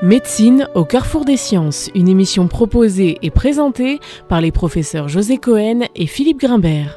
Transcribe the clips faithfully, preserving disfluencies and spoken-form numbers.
Médecine au carrefour des sciences, une émission proposée et présentée par les professeurs José Cohen et Philippe Grimbert.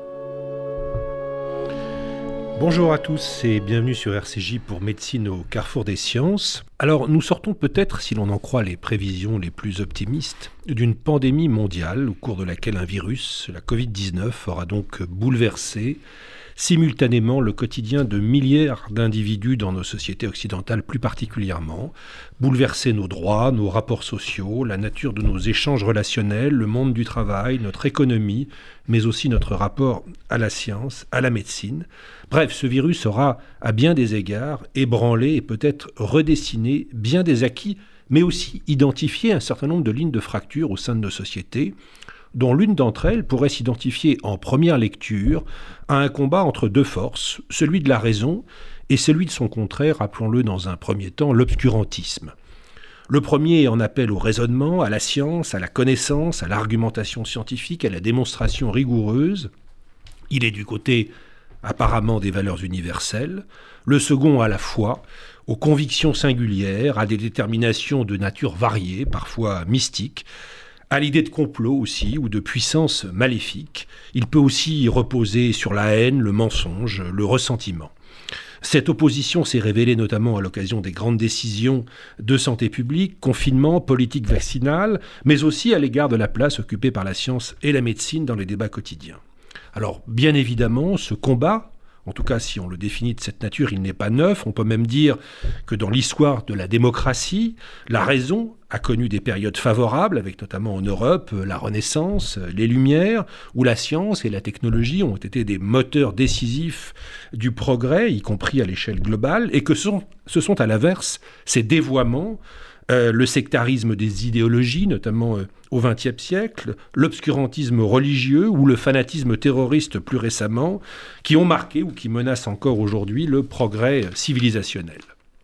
Bonjour à tous et bienvenue sur R C J pour Médecine au carrefour des sciences. Alors nous sortons peut-être, si l'on en croit les prévisions les plus optimistes, d'une pandémie mondiale au cours de laquelle un virus, la covid dix-neuf, aura donc bouleversé simultanément le quotidien de milliards d'individus dans nos sociétés occidentales plus particulièrement, bouleverser nos droits, nos rapports sociaux, la nature de nos échanges relationnels, le monde du travail, notre économie, mais aussi notre rapport à la science, à la médecine. Bref, ce virus aura, à bien des égards, ébranlé et peut-être redessiné bien des acquis, mais aussi identifié un certain nombre de lignes de fracture au sein de nos sociétés, dont l'une d'entre elles pourrait s'identifier en première lecture à un combat entre deux forces, celui de la raison et celui de son contraire, rappelons-le dans un premier temps, l'obscurantisme. Le premier en appelle au raisonnement, à la science, à la connaissance, à l'argumentation scientifique, à la démonstration rigoureuse. Il est du côté apparemment des valeurs universelles. Le second à la foi, aux convictions singulières, à des déterminations de nature variée, parfois mystiques, à l'idée de complot aussi, ou de puissance maléfique. Il peut aussi reposer sur la haine, le mensonge, le ressentiment. Cette opposition s'est révélée notamment à l'occasion des grandes décisions de santé publique, confinement, politique vaccinale, mais aussi à l'égard de la place occupée par la science et la médecine dans les débats quotidiens. Alors, bien évidemment, ce combat, en tout cas, si on le définit de cette nature, il n'est pas neuf. On peut même dire que dans l'histoire de la démocratie, la raison a connu des périodes favorables, avec notamment en Europe la Renaissance, les Lumières, où la science et la technologie ont été des moteurs décisifs du progrès, y compris à l'échelle globale, et que ce sont, ce sont à l'inverse ces dévoiements, Euh, le sectarisme des idéologies, notamment euh, au vingtième siècle, l'obscurantisme religieux ou le fanatisme terroriste plus récemment, qui ont marqué ou qui menacent encore aujourd'hui le progrès civilisationnel.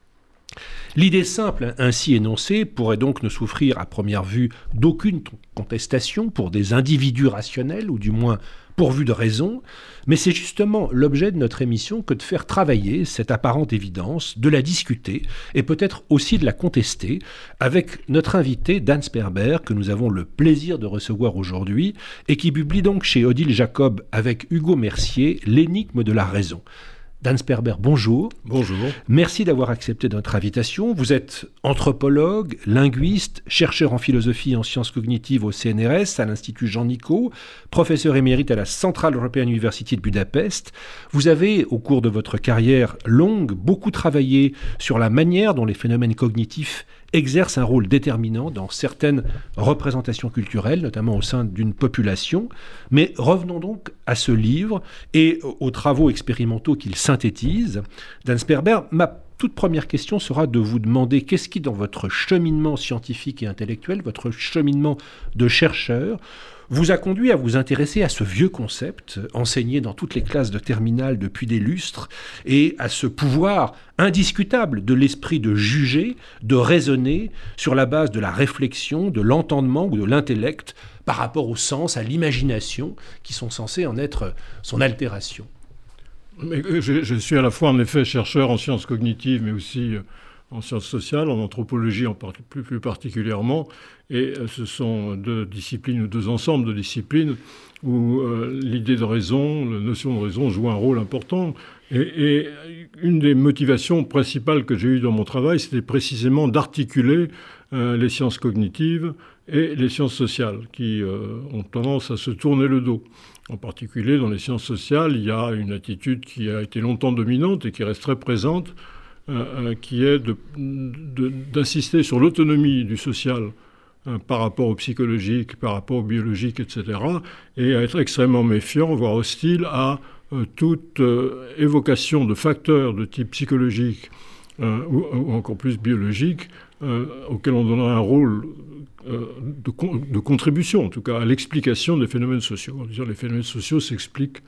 L'idée simple ainsi énoncée pourrait donc ne souffrir à première vue d'aucune contestation pour des individus rationnels, ou du moins pourvus de raison, mais c'est justement l'objet de notre émission que de faire travailler cette apparente évidence, de la discuter et peut-être aussi de la contester avec notre invité Dan Sperber, que nous avons le plaisir de recevoir aujourd'hui et qui publie donc chez Odile Jacob avec Hugo Mercier L'énigme de la raison. Dan Sperber, bonjour. Bonjour. Merci d'avoir accepté notre invitation. Vous êtes anthropologue, linguiste, chercheur en philosophie et en sciences cognitives au C N R S, à l'Institut Jean-Nicot, professeur émérite à la Central European University de Budapest. Vous avez, au cours de votre carrière longue, beaucoup travaillé sur la manière dont les phénomènes cognitifs exerce un rôle déterminant dans certaines représentations culturelles, notamment au sein d'une population. Mais revenons donc à ce livre et aux travaux expérimentaux qu'il synthétise. Dan Sperber, ma toute première question sera de vous demander qu'est-ce qui, dans votre cheminement scientifique et intellectuel, votre cheminement de chercheur, vous a conduit à vous intéresser à ce vieux concept, enseigné dans toutes les classes de terminale depuis des lustres, et à ce pouvoir indiscutable de l'esprit de juger, de raisonner sur la base de la réflexion, de l'entendement ou de l'intellect par rapport au sens, à l'imagination, qui sont censés en être son altération. Mais je, je suis à la fois en effet chercheur en sciences cognitives, mais aussi en sciences sociales, en anthropologie en par- plus, plus particulièrement, et ce sont deux disciplines ou deux ensembles de disciplines où euh, l'idée de raison, la notion de raison joue un rôle important. Et, et une des motivations principales que j'ai eues dans mon travail, c'était précisément d'articuler euh, les sciences cognitives et les sciences sociales, qui euh, ont tendance à se tourner le dos. En particulier, dans les sciences sociales, il y a une attitude qui a été longtemps dominante et qui reste très présente, euh, qui est de, de, d'insister sur l'autonomie du social euh, par rapport au psychologique, par rapport au biologique, et cetera, et à être extrêmement méfiant, voire hostile à euh, toute euh, évocation de facteurs de type psychologique euh, ou, ou encore plus biologique, euh, auxquels on donnerait un rôle euh, de, con- de contribution, en tout cas, à l'explication des phénomènes sociaux. On va dire, les phénomènes sociaux s'expliquent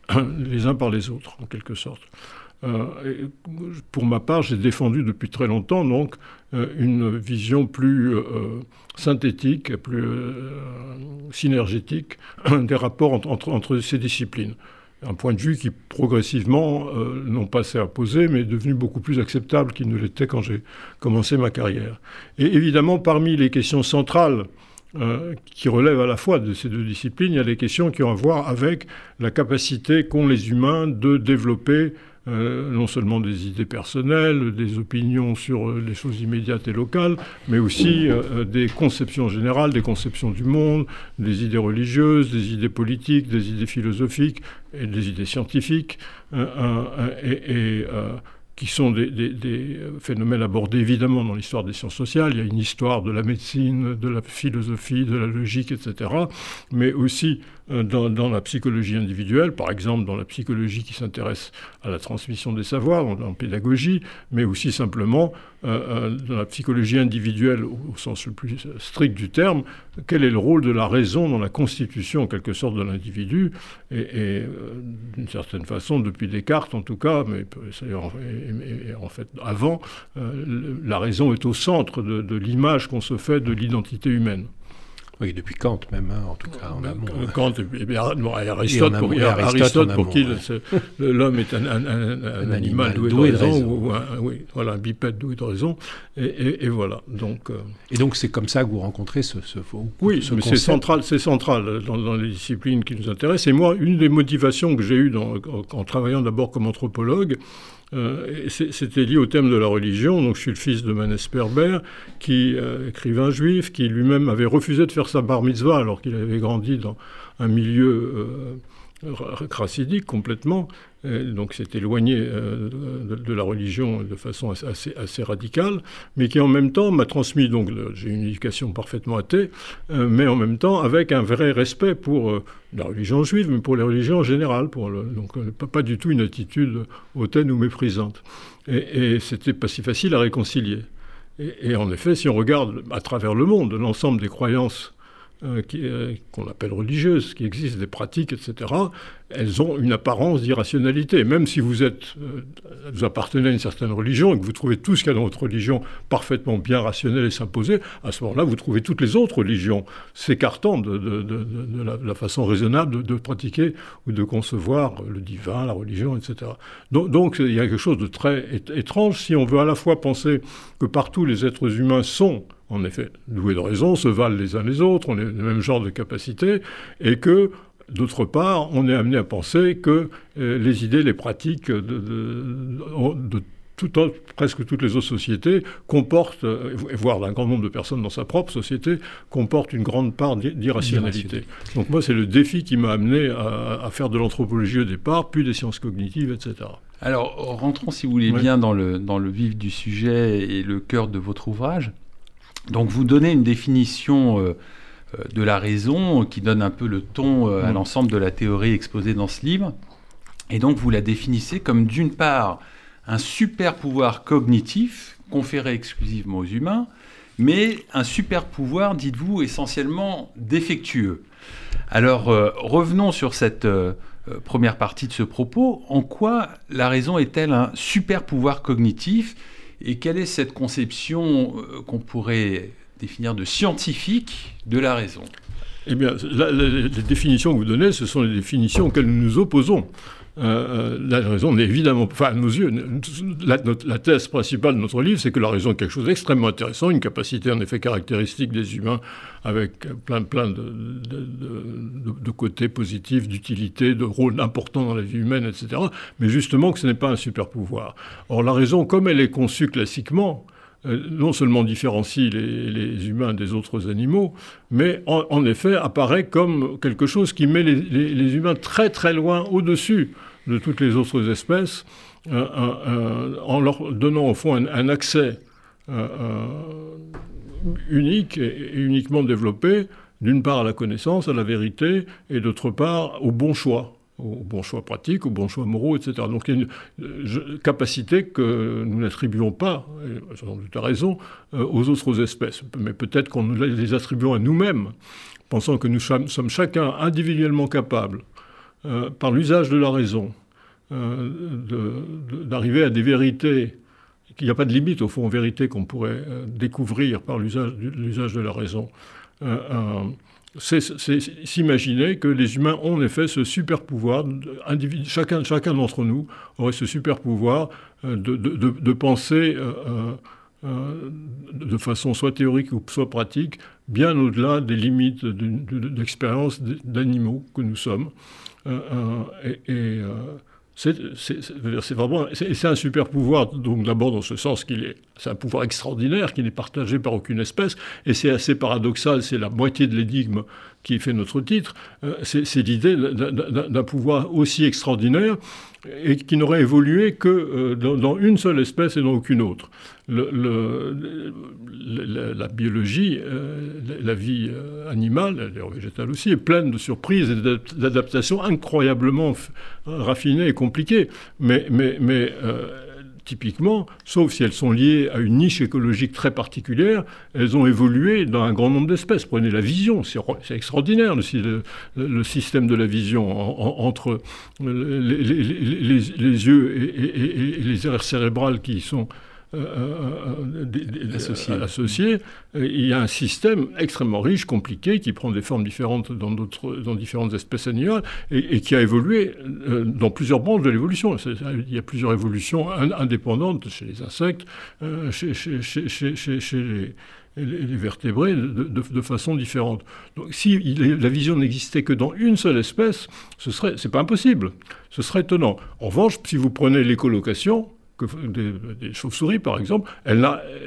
les uns par les autres, en quelque sorte. Euh, et pour ma part, j'ai défendu depuis très longtemps donc euh, une vision plus euh, synthétique, plus euh, synergétique des rapports entre, entre, entre ces disciplines. un point de vue qui, progressivement, euh, non pas s'est imposé, mais est devenu beaucoup plus acceptable qu'il ne l'était quand j'ai commencé ma carrière. Et évidemment, parmi les questions centrales euh, qui relèvent à la fois de ces deux disciplines, il y a des questions qui ont à voir avec la capacité qu'ont les humains de développer Euh, non seulement des idées personnelles, des opinions sur euh, les choses immédiates et locales, mais aussi euh, des conceptions générales, des conceptions du monde, des idées religieuses, des idées politiques, des idées philosophiques et des idées scientifiques, euh, euh, et, et euh, qui sont des, des, des phénomènes abordés évidemment dans l'histoire des sciences sociales. Il y a une histoire de la médecine, de la philosophie, de la logique, et cetera, mais aussi Dans, dans la psychologie individuelle, par exemple dans la psychologie qui s'intéresse à la transmission des savoirs, dans la pédagogie, mais aussi simplement euh, dans la psychologie individuelle au, au sens le plus strict du terme, quel est le rôle de la raison dans la constitution en quelque sorte de l'individu, et, et euh, d'une certaine façon, depuis Descartes en tout cas, mais en, et, et en fait avant, euh, la raison est au centre de, de l'image qu'on se fait de l'identité humaine. Oui, depuis Kant même, hein, en tout cas, en amont. Kant et, et, bien, bon, et Aristote, pour, et Aristote, Aristote pour qui ouais. le, l'homme est un, un, un, un, un animal doué, doué de raison, de raison. Ou, ou un, oui, voilà, un bipède doué de raison, et, et, et voilà. Donc, euh... Et donc c'est comme ça que vous rencontrez ce, ce, oui, ce mais c'est central, c'est central dans, dans les disciplines qui nous intéressent. Et moi, une des motivations que j'ai eues dans, en, en travaillant d'abord comme anthropologue, Euh, c'était lié au thème de la religion. Donc, je suis le fils de Manes Perber, qui euh, écrivain juif, qui lui-même avait refusé de faire sa bar mitzvah alors qu'il avait grandi dans un milieu euh, chassidique complètement. Et donc, s'est éloigné euh, de, de la religion de façon assez, assez radicale, mais qui en même temps m'a transmis. Donc, le, j'ai une éducation parfaitement athée, euh, mais en même temps avec un vrai respect pour euh, la religion juive, mais pour les religions en général. Pour le, donc, euh, pas, pas du tout une attitude hautaine ou méprisante. Et, et c'était pas si facile à réconcilier. Et, et en effet, si on regarde à travers le monde l'ensemble des croyances Euh, qui, euh, qu'on appelle religieuses, qui existent, des pratiques, et cetera, elles ont une apparence d'irrationalité. Même si vous êtes, euh, vous appartenez à une certaine religion et que vous trouvez tout ce qu'il y a dans votre religion parfaitement bien rationnel et s'imposer, à ce moment-là, vous trouvez toutes les autres religions s'écartant de, de, de, de, la, de la façon raisonnable de, de pratiquer ou de concevoir le divin, la religion, et cetera. Donc, donc, il y a quelque chose de très étrange si on veut à la fois penser que partout les êtres humains sont en effet doués de raison, se valent les uns les autres, on a le même genre de capacité, et que, d'autre part, on est amené à penser que euh, les idées, les pratiques de, de, de tout, presque toutes les autres sociétés comportent, euh, voire d'un grand nombre de personnes dans sa propre société, comportent une grande part d'irrationalité. Donc moi, c'est le défi qui m'a amené à, à faire de l'anthropologie au départ, puis des sciences cognitives, et cetera. Alors, rentrons, si vous voulez oui. bien, dans le, dans le vif du sujet et le cœur de votre ouvrage. Donc vous donnez une définition euh, de la raison qui donne un peu le ton euh, à mmh. l'ensemble de la théorie exposée dans ce livre. Et donc vous la définissez comme d'une part un super pouvoir cognitif conféré exclusivement aux humains, mais un super pouvoir, dites-vous, essentiellement défectueux. Alors euh, revenons sur cette euh, première partie de ce propos. En quoi la raison est-elle un super pouvoir cognitif ? Et quelle est cette conception euh, qu'on pourrait définir de scientifique de la raison ? Eh bien, la, la, les définitions que vous donnez, ce sont les définitions auxquelles nous nous opposons. Euh, la raison n'est évidemment, enfin à nos yeux, la, notre, la thèse principale de notre livre, c'est que la raison est quelque chose d'extrêmement intéressant, une capacité en effet caractéristique des humains avec plein, plein de, de, de, de côtés positifs, d'utilité, de rôles importants dans la vie humaine, et cetera. Mais justement que ce n'est pas un super pouvoir. Or la raison, comme elle est conçue classiquement, Euh, non seulement différencie les, les humains des autres animaux, mais en, en effet apparaît comme quelque chose qui met les, les, les humains très très loin au-dessus de toutes les autres espèces, euh, euh, en leur donnant au fond un, un accès euh, euh, unique et, et uniquement développé, d'une part à la connaissance, à la vérité, et d'autre part au bon choix. Aux bons choix pratiques, aux bons choix moraux, et cetera. Donc il y a une euh, capacité que nous n'attribuons pas, et j'en doute à raison, euh, aux autres espèces. Mais peut-être qu'on nous les attribuons à nous-mêmes, pensant que nous sommes, sommes chacun individuellement capables, euh, par l'usage de la raison, euh, de, de, d'arriver à des vérités, qu'il n'y a pas de limite au fond aux vérités qu'on pourrait euh, découvrir par l'usage, l'usage de la raison. Euh, euh, c'est, c'est s'imaginer que les humains ont en effet ce super pouvoir, individu, chacun, chacun d'entre nous aurait ce super pouvoir euh, de, de, de, de penser euh, euh, de façon soit théorique ou soit pratique, bien au-delà des limites de, de, d'expérience d'animaux que nous sommes. Euh, euh, et, et euh, c'est, c'est, c'est, c'est vraiment c'est, c'est un super pouvoir, donc d'abord dans ce sens qu'il est, c'est un pouvoir extraordinaire qui n'est partagé par aucune espèce, et c'est assez paradoxal, c'est la moitié de l'énigme qui fait notre titre, euh, c'est, c'est l'idée d'un, d'un, d'un pouvoir aussi extraordinaire et qui n'aurait évolué que euh, dans, dans une seule espèce et dans aucune autre. Le, le, le, la biologie, euh, la vie euh, animale, d'ailleurs végétale aussi, est pleine de surprises et d'adaptations incroyablement f- raffinées et compliquées. Mais, mais, mais euh, typiquement, sauf si elles sont liées à une niche écologique très particulière, elles ont évolué dans un grand nombre d'espèces. Prenez la vision, c'est, c'est extraordinaire le, le, le système de la vision en, en, entre les, les, les, les, les yeux et, et, et les aires cérébrales qui sont Euh, euh, des, des, associés. associés. Il y a un système extrêmement riche, compliqué, qui prend des formes différentes dans, d'autres, dans différentes espèces animales et, et qui a évolué euh, dans plusieurs branches de l'évolution. C'est, il y a plusieurs évolutions indépendantes chez les insectes, euh, chez, chez, chez, chez, chez, chez les... les vertébrés de, de, de façon différente. Donc, si il, la vision n'existait que dans une seule espèce, ce serait, c'est pas impossible. Ce serait étonnant. En revanche, si vous prenez l'écolocation, que des, des chauves-souris, par exemple, elle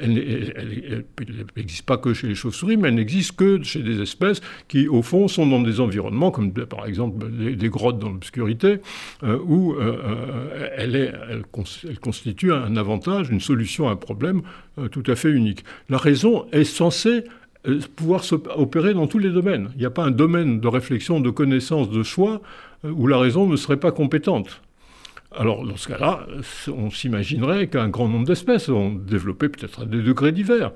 n'existe pas que chez les chauves-souris, mais elle n'existe que chez des espèces qui, au fond, sont dans des environnements, comme par exemple des, des grottes dans l'obscurité, euh, où euh, elle, est, elle, cons, elle constitue un avantage, une solution à un problème euh, tout à fait unique. La raison est censée euh, pouvoir opérer dans tous les domaines. Il n'y a pas un domaine de réflexion, de connaissance, de choix euh, où la raison ne serait pas compétente. Alors, dans ce cas-là, on s'imaginerait qu'un grand nombre d'espèces ont développé peut-être à des degrés divers.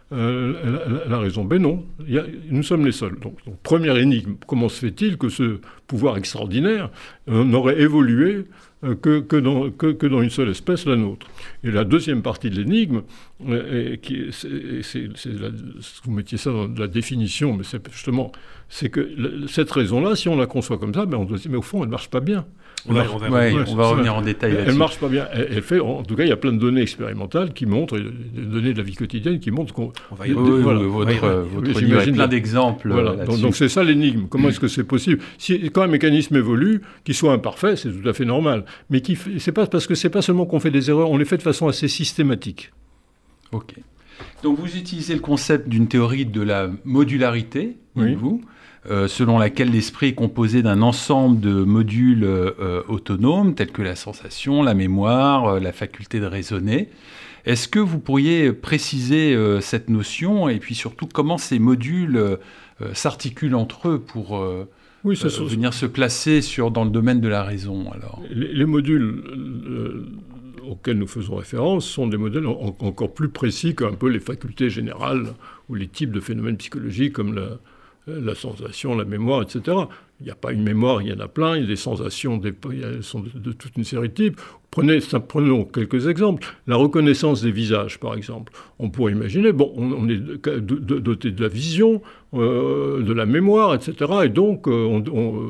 Euh, la, la raison, ben non, il y a, nous sommes les seuls. Donc, donc, première énigme, comment se fait-il que ce pouvoir extraordinaire euh, n'aurait évolué euh, que, que, dans, que, que dans une seule espèce, la nôtre? Et la deuxième partie de l'énigme, euh, et qui est, c'est, c'est, c'est la, vous mettiez ça dans la définition, mais c'est justement, c'est que la, cette raison-là, si on la conçoit comme ça, ben on doit se dire, mais au fond, elle ne marche pas bien. On va, on va, ouais, ouais, on va revenir en détail elle, là-dessus. Elle marche pas bien. Elle, elle fait, en tout cas, il y a plein de données expérimentales qui montrent, des données de la vie quotidienne qui montrent qu'on... On va y revenir. Oui, voilà. Votre, oui, votre livre a plein d'exemples voilà. là-dessus. Donc, donc c'est ça l'énigme. Comment est-ce que c'est possible? Si, quand un mécanisme évolue, qu'il soit imparfait, c'est tout à fait normal. Mais qui, c'est pas, parce que c'est pas seulement qu'on fait des erreurs, on les fait de façon assez systématique. Ok. Donc vous utilisez le concept d'une théorie de la modularité, oui. vous Euh, selon laquelle l'esprit est composé d'un ensemble de modules euh, autonomes, tels que la sensation, la mémoire, euh, la faculté de raisonner. Est-ce que vous pourriez préciser euh, cette notion et puis surtout comment ces modules euh, s'articulent entre eux pour euh, oui, ça, euh, venir se placer sur, dans le domaine de la raison alors? Les, les modules euh, auxquels nous faisons référence sont des modèles en, encore plus précis qu'un peu les facultés générales ou les types de phénomènes psychologiques comme la la sensation, la mémoire, et cetera. Il n'y a pas une mémoire, il y en a plein, il y a des sensations, des, elles sont de, de toute une série de types. Prenez, prenons quelques exemples. La reconnaissance des visages, par exemple. On pourrait imaginer, bon, on, on est doté de la vision, euh, de la mémoire, et cetera. Et donc, euh, on... on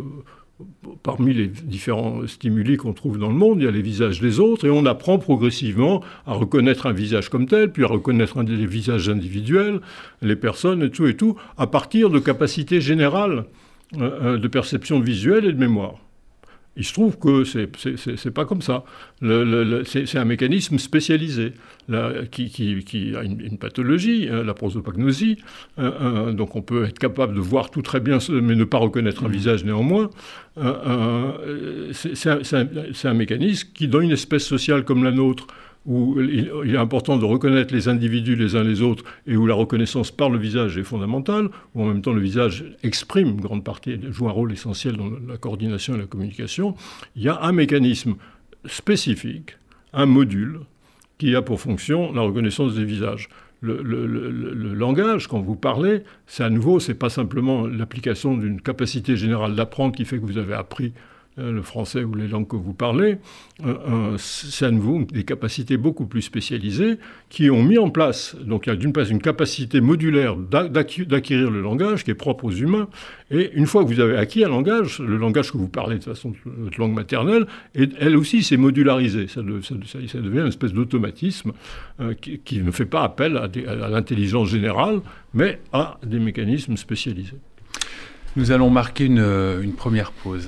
parmi les différents stimuli qu'on trouve dans le monde, il y a les visages des autres, et on apprend progressivement à reconnaître un visage comme tel, puis à reconnaître un des visages individuels, les personnes, et tout et tout, à partir de capacités générales euh, de perception visuelle et de mémoire. Il se trouve que c'est, c'est, c'est, c'est pas comme ça. Le, le, le, c'est, c'est un mécanisme spécialisé là, qui, qui, qui a une, une pathologie, hein, la prosopagnosie. Euh, euh, donc on peut être capable de voir tout très bien, mais ne pas reconnaître un mmh. visage néanmoins. Euh, euh, c'est, c'est, un, c'est, un, c'est un mécanisme qui, dans une espèce sociale comme la nôtre, où il, il est important de reconnaître les individus les uns les autres et où la reconnaissance par le visage est fondamentale, où en même temps le visage exprime une grande partie, joue un rôle essentiel dans la coordination et la communication, il y a un mécanisme spécifique, un module, qui a pour fonction la reconnaissance des visages. Le, le, le, le langage, quand vous parlez, c'est à nouveau, c'est pas simplement l'application d'une capacité générale d'apprendre qui fait que vous avez appris euh, le français ou les langues que vous parlez, euh, euh, c'est à nouveau des capacités beaucoup plus spécialisées qui ont mis en place, donc il y a d'une part une capacité modulaire d'acquérir le langage qui est propre aux humains, et une fois que vous avez acquis un langage, le langage que vous parlez de façon votre langue maternelle, et elle aussi s'est modularisée, ça, de, ça, ça devient une espèce d'automatisme euh, qui, qui ne fait pas appel à, des, à l'intelligence générale, mais à des mécanismes spécialisés. Nous allons marquer une, une première pause.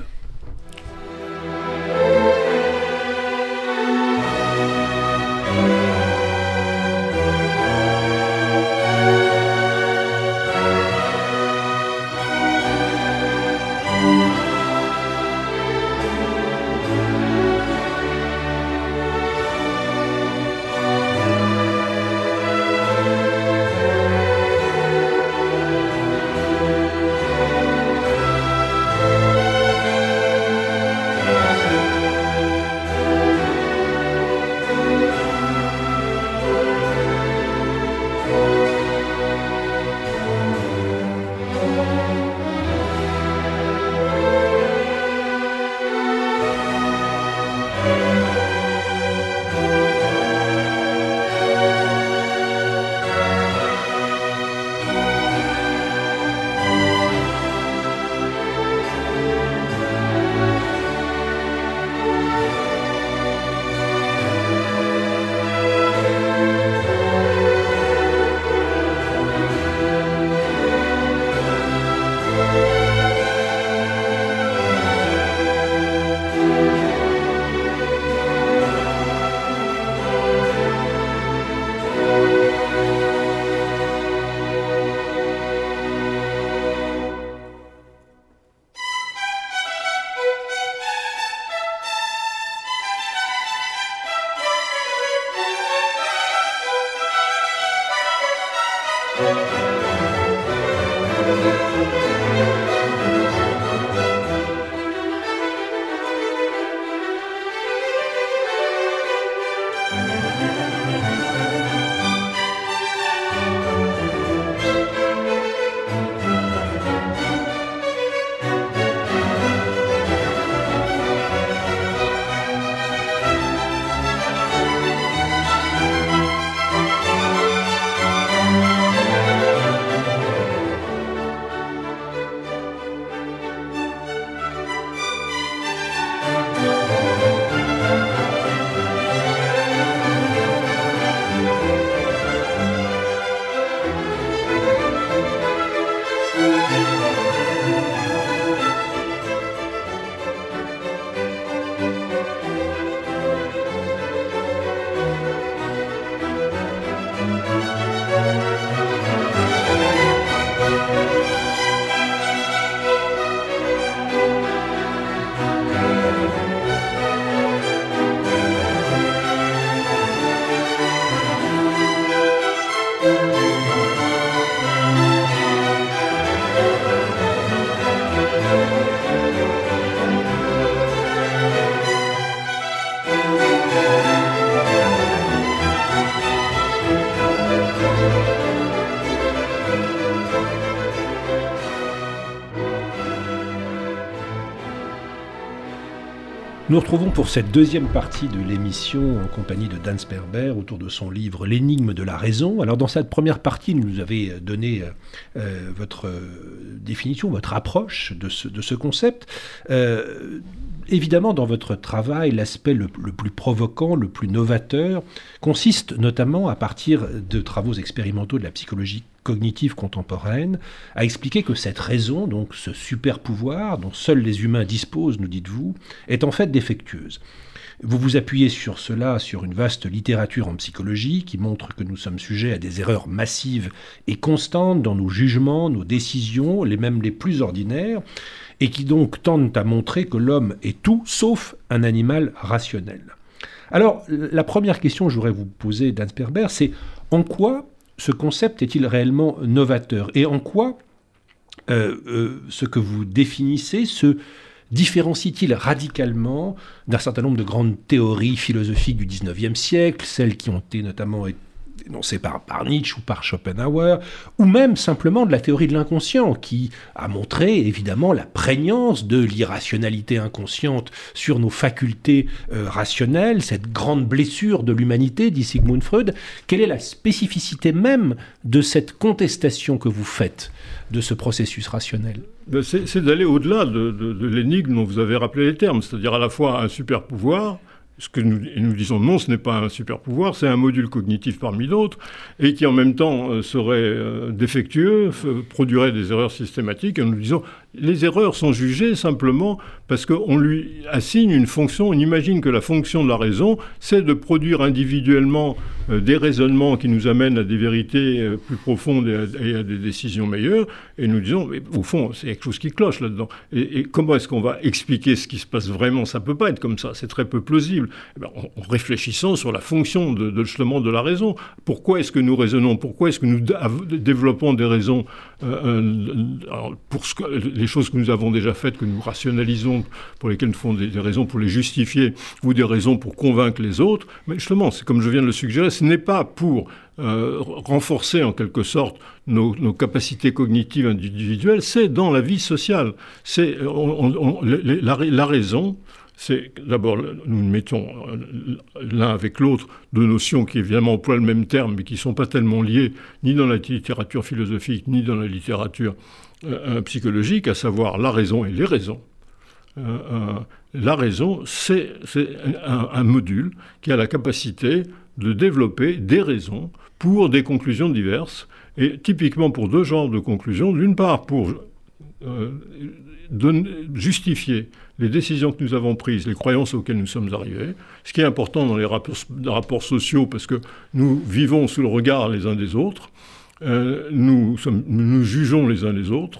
Nous retrouvons pour cette deuxième partie de l'émission en compagnie de Dan Sperber autour de son livre « L'énigme de la raison ». Alors dans cette première partie, vous nous avez donné euh, votre définition, votre approche de ce, de ce concept. Euh, évidemment, dans votre travail, l'aspect le, le plus provoquant, le plus novateur, consiste notamment, à partir de travaux expérimentaux de la psychologie cognitive contemporaine, à expliquer que cette raison, donc ce super pouvoir dont seuls les humains disposent, nous dites-vous, est en fait défectueuse. Vous vous appuyez sur cela, sur une vaste littérature en psychologie qui montre que nous sommes sujets à des erreurs massives et constantes dans nos jugements, nos décisions, les mêmes les plus ordinaires, et qui donc tendent à montrer que l'homme est tout sauf un animal rationnel. Alors, la première question que je voudrais vous poser, Dan Sperber, c'est en quoi ce concept est-il réellement novateur ? Et en quoi euh, euh, ce que vous définissez se différencie-t-il radicalement d'un certain nombre de grandes théories philosophiques du dix-neuvième siècle, celles qui ont été notamment énoncés par, par Nietzsche ou par Schopenhauer, ou même simplement de la théorie de l'inconscient, qui a montré évidemment la prégnance de l'irrationalité inconsciente sur nos facultés euh, rationnelles, cette grande blessure de l'humanité, dit Sigmund Freud. Quelle est la spécificité même de cette contestation que vous faites de ce processus rationnel ? C'est, c'est d'aller au-delà de, de, de l'énigme dont vous avez rappelé les termes, c'est-à-dire à la fois un super pouvoir, ce que nous, et nous disons non, ce n'est pas un super pouvoir, c'est un module cognitif parmi d'autres, et qui en même temps euh, serait euh, défectueux, f- produirait des erreurs systématiques, et nous disons les erreurs sont jugées simplement parce qu'on lui assigne une fonction. On imagine que la fonction de la raison, c'est de produire individuellement euh, des raisonnements qui nous amènent à des vérités euh, plus profondes et à, et à des décisions meilleures. Et nous disons, mais au fond, c'est quelque chose qui cloche là-dedans. Et, et comment est-ce qu'on va expliquer ce qui se passe vraiment ? Ça ne peut pas être comme ça, c'est très peu plausible. Eh bien, en, en réfléchissant sur la fonction de, de, justement de la raison. Pourquoi est-ce que nous raisonnons ? Pourquoi est-ce que nous d- développons des raisons euh, euh, alors, pour ce que, les choses que nous avons déjà faites, que nous rationalisons, pour lesquelles nous faisons des, des raisons pour les justifier, ou des raisons pour convaincre les autres. Mais justement, c'est comme je viens de le suggérer, ce n'est pas pour euh, renforcer en quelque sorte nos, nos capacités cognitives individuelles, c'est dans la vie sociale. C'est on, on, la, la raison. C'est d'abord, nous mettons l'un avec l'autre deux notions qui évidemment emploient le même terme, mais qui ne sont pas tellement liées ni dans la littérature philosophique, ni dans la littérature euh, psychologique, à savoir la raison et les raisons. Euh, euh, la raison, c'est, c'est un, un module qui a la capacité de développer des raisons pour des conclusions diverses, et typiquement pour deux genres de conclusions. D'une part, pour euh, donner, justifier les décisions que nous avons prises, les croyances auxquelles nous sommes arrivés, ce qui est important dans les rapports, les rapports sociaux, parce que nous vivons sous le regard les uns des autres, euh, nous, sommes, nous jugeons les uns les autres,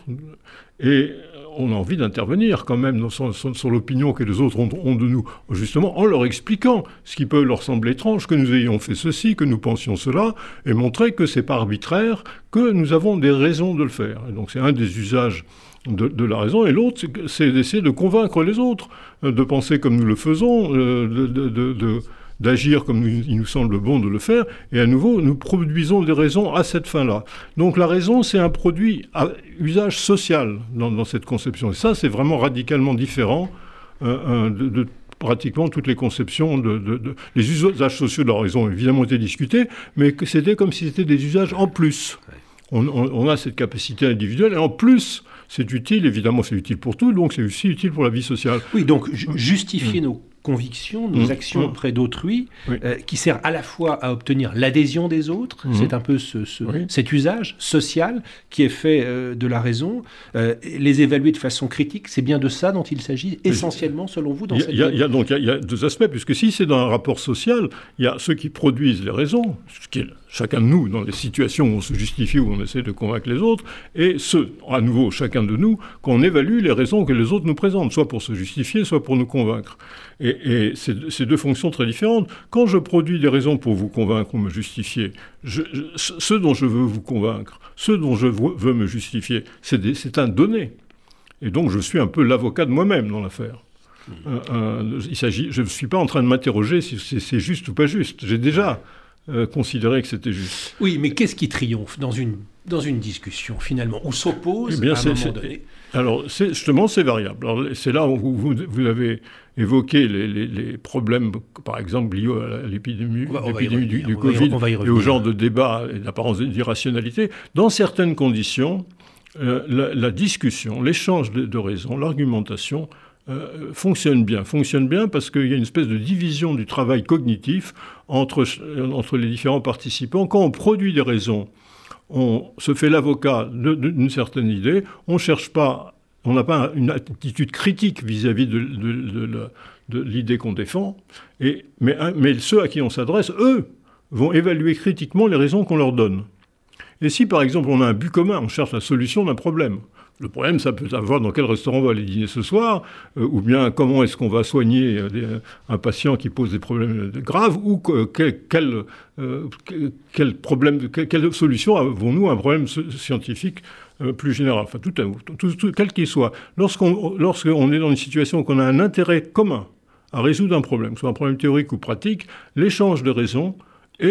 et on a envie d'intervenir quand même sur, sur, sur l'opinion que les autres ont, ont de nous, justement en leur expliquant ce qui peut leur sembler étrange, que nous ayons fait ceci, que nous pensions cela, et montrer que c'est pas arbitraire, que nous avons des raisons de le faire. Et donc c'est un des usages De, de la raison, et l'autre, c'est, c'est d'essayer de convaincre les autres, de penser comme nous le faisons, de, de, de, de, d'agir comme nous, il nous semble bon de le faire, et à nouveau, nous produisons des raisons à cette fin-là. Donc la raison, c'est un produit à usage social dans, dans cette conception, et ça, c'est vraiment radicalement différent euh, de, de pratiquement toutes les conceptions, de, de, de, les usages sociaux de la raison ont évidemment été discutés, mais que c'était comme si c'était des usages en plus. On, on, on a cette capacité individuelle, et en plus, c'est utile, évidemment, c'est utile pour tout, donc c'est aussi utile pour la vie sociale. Oui, donc ju- justifier mmh. nos convictions, nos mmh. actions mmh. auprès d'autrui, oui. euh, qui sert à la fois à obtenir l'adhésion des autres, mmh. c'est un peu ce, ce, oui. cet usage social qui est fait euh, de la raison, euh, les évaluer de façon critique, c'est bien de ça dont il s'agit essentiellement, selon vous, dans y a, cette... Il y a, y a, donc, il y, y a deux aspects, puisque si c'est dans un rapport social, il y a ceux qui produisent les raisons, ce qui est chacun de nous, dans les situations où on se justifie, où on essaie de convaincre les autres, et ceux, à nouveau, chacun de nous, qu'on évalue les raisons que les autres nous présentent, soit pour se justifier, soit pour nous convaincre. Et, et c'est, c'est deux fonctions très différentes. Quand je produis des raisons pour vous convaincre ou me justifier, je, je, ceux dont je veux vous convaincre, ceux dont je veux me justifier, c'est, des, c'est un donné. Et donc je suis un peu l'avocat de moi-même dans l'affaire. Mmh. Euh, euh, il s'agit, je ne suis pas en train de m'interroger si c'est, c'est juste ou pas juste. J'ai déjà... Euh, considérer que c'était juste. Oui, mais qu'est-ce qui triomphe dans une, dans une discussion, finalement, où s'oppose, eh bien, à un moment c'est, donné ? Alors, c'est, justement, c'est variable. Alors, c'est là où vous, vous avez évoqué les, les, les problèmes, par exemple, liés à l'épidémie, on va, on l'épidémie du, du on Covid va y, on va y et au genre de débat et d'apparence d'irrationalité. Dans certaines conditions, euh, la, la discussion, l'échange de, de raisons, l'argumentation Euh, fonctionne bien. Fonctionne bien parce qu'il y a une espèce de division du travail cognitif entre, entre les différents participants. Quand on produit des raisons, on se fait l'avocat de, de, d'une certaine idée, on ne cherche pas, on n'a pas une attitude critique vis-à-vis de, de, de, de, de l'idée qu'on défend, et, mais, mais ceux à qui on s'adresse, eux, vont évaluer critiquement les raisons qu'on leur donne. Et si, par exemple, on a un but commun, on cherche la solution d'un problème. Le problème, ça peut avoir dans quel restaurant on va aller dîner ce soir, euh, ou bien comment est-ce qu'on va soigner euh, des, un patient qui pose des problèmes graves, ou que, quel, quel, euh, quel, problème, quelle, quelle solution avons-nous à un problème scientifique euh, plus général, enfin, tout, tout, tout, quel qu'il soit. Lorsqu'on, lorsqu'on est dans une situation où on a un intérêt commun à résoudre un problème, soit un problème théorique ou pratique, l'échange de raisons est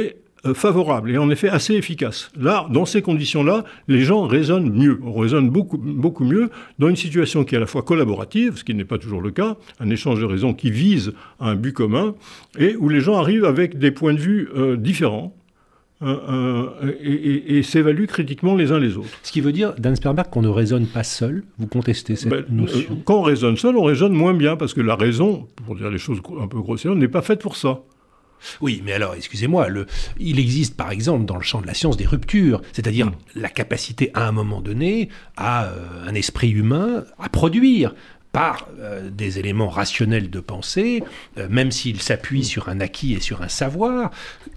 euh, favorable et en effet assez efficace. Là, dans ces conditions-là, les gens raisonnent mieux. On raisonne beaucoup, beaucoup mieux dans une situation qui est à la fois collaborative, ce qui n'est pas toujours le cas, un échange de raisons qui vise à un but commun, et où les gens arrivent avec des points de vue euh, différents, Euh, euh, et, et, et s'évaluent critiquement les uns les autres. Ce qui veut dire, Dan Sperberg, qu'on ne raisonne pas seul. Vous contestez cette ben, notion? Quand on raisonne seul, on raisonne moins bien, parce que la raison, pour dire les choses un peu grossièrement, n'est pas faite pour ça. Oui, mais alors, excusez-moi, le, il existe par exemple dans le champ de la science des ruptures, c'est-à-dire mmh. la capacité à un moment donné, à euh, un esprit humain, à produire par euh, des éléments rationnels de pensée, euh, même s'il s'appuie mmh. sur un acquis et sur un savoir.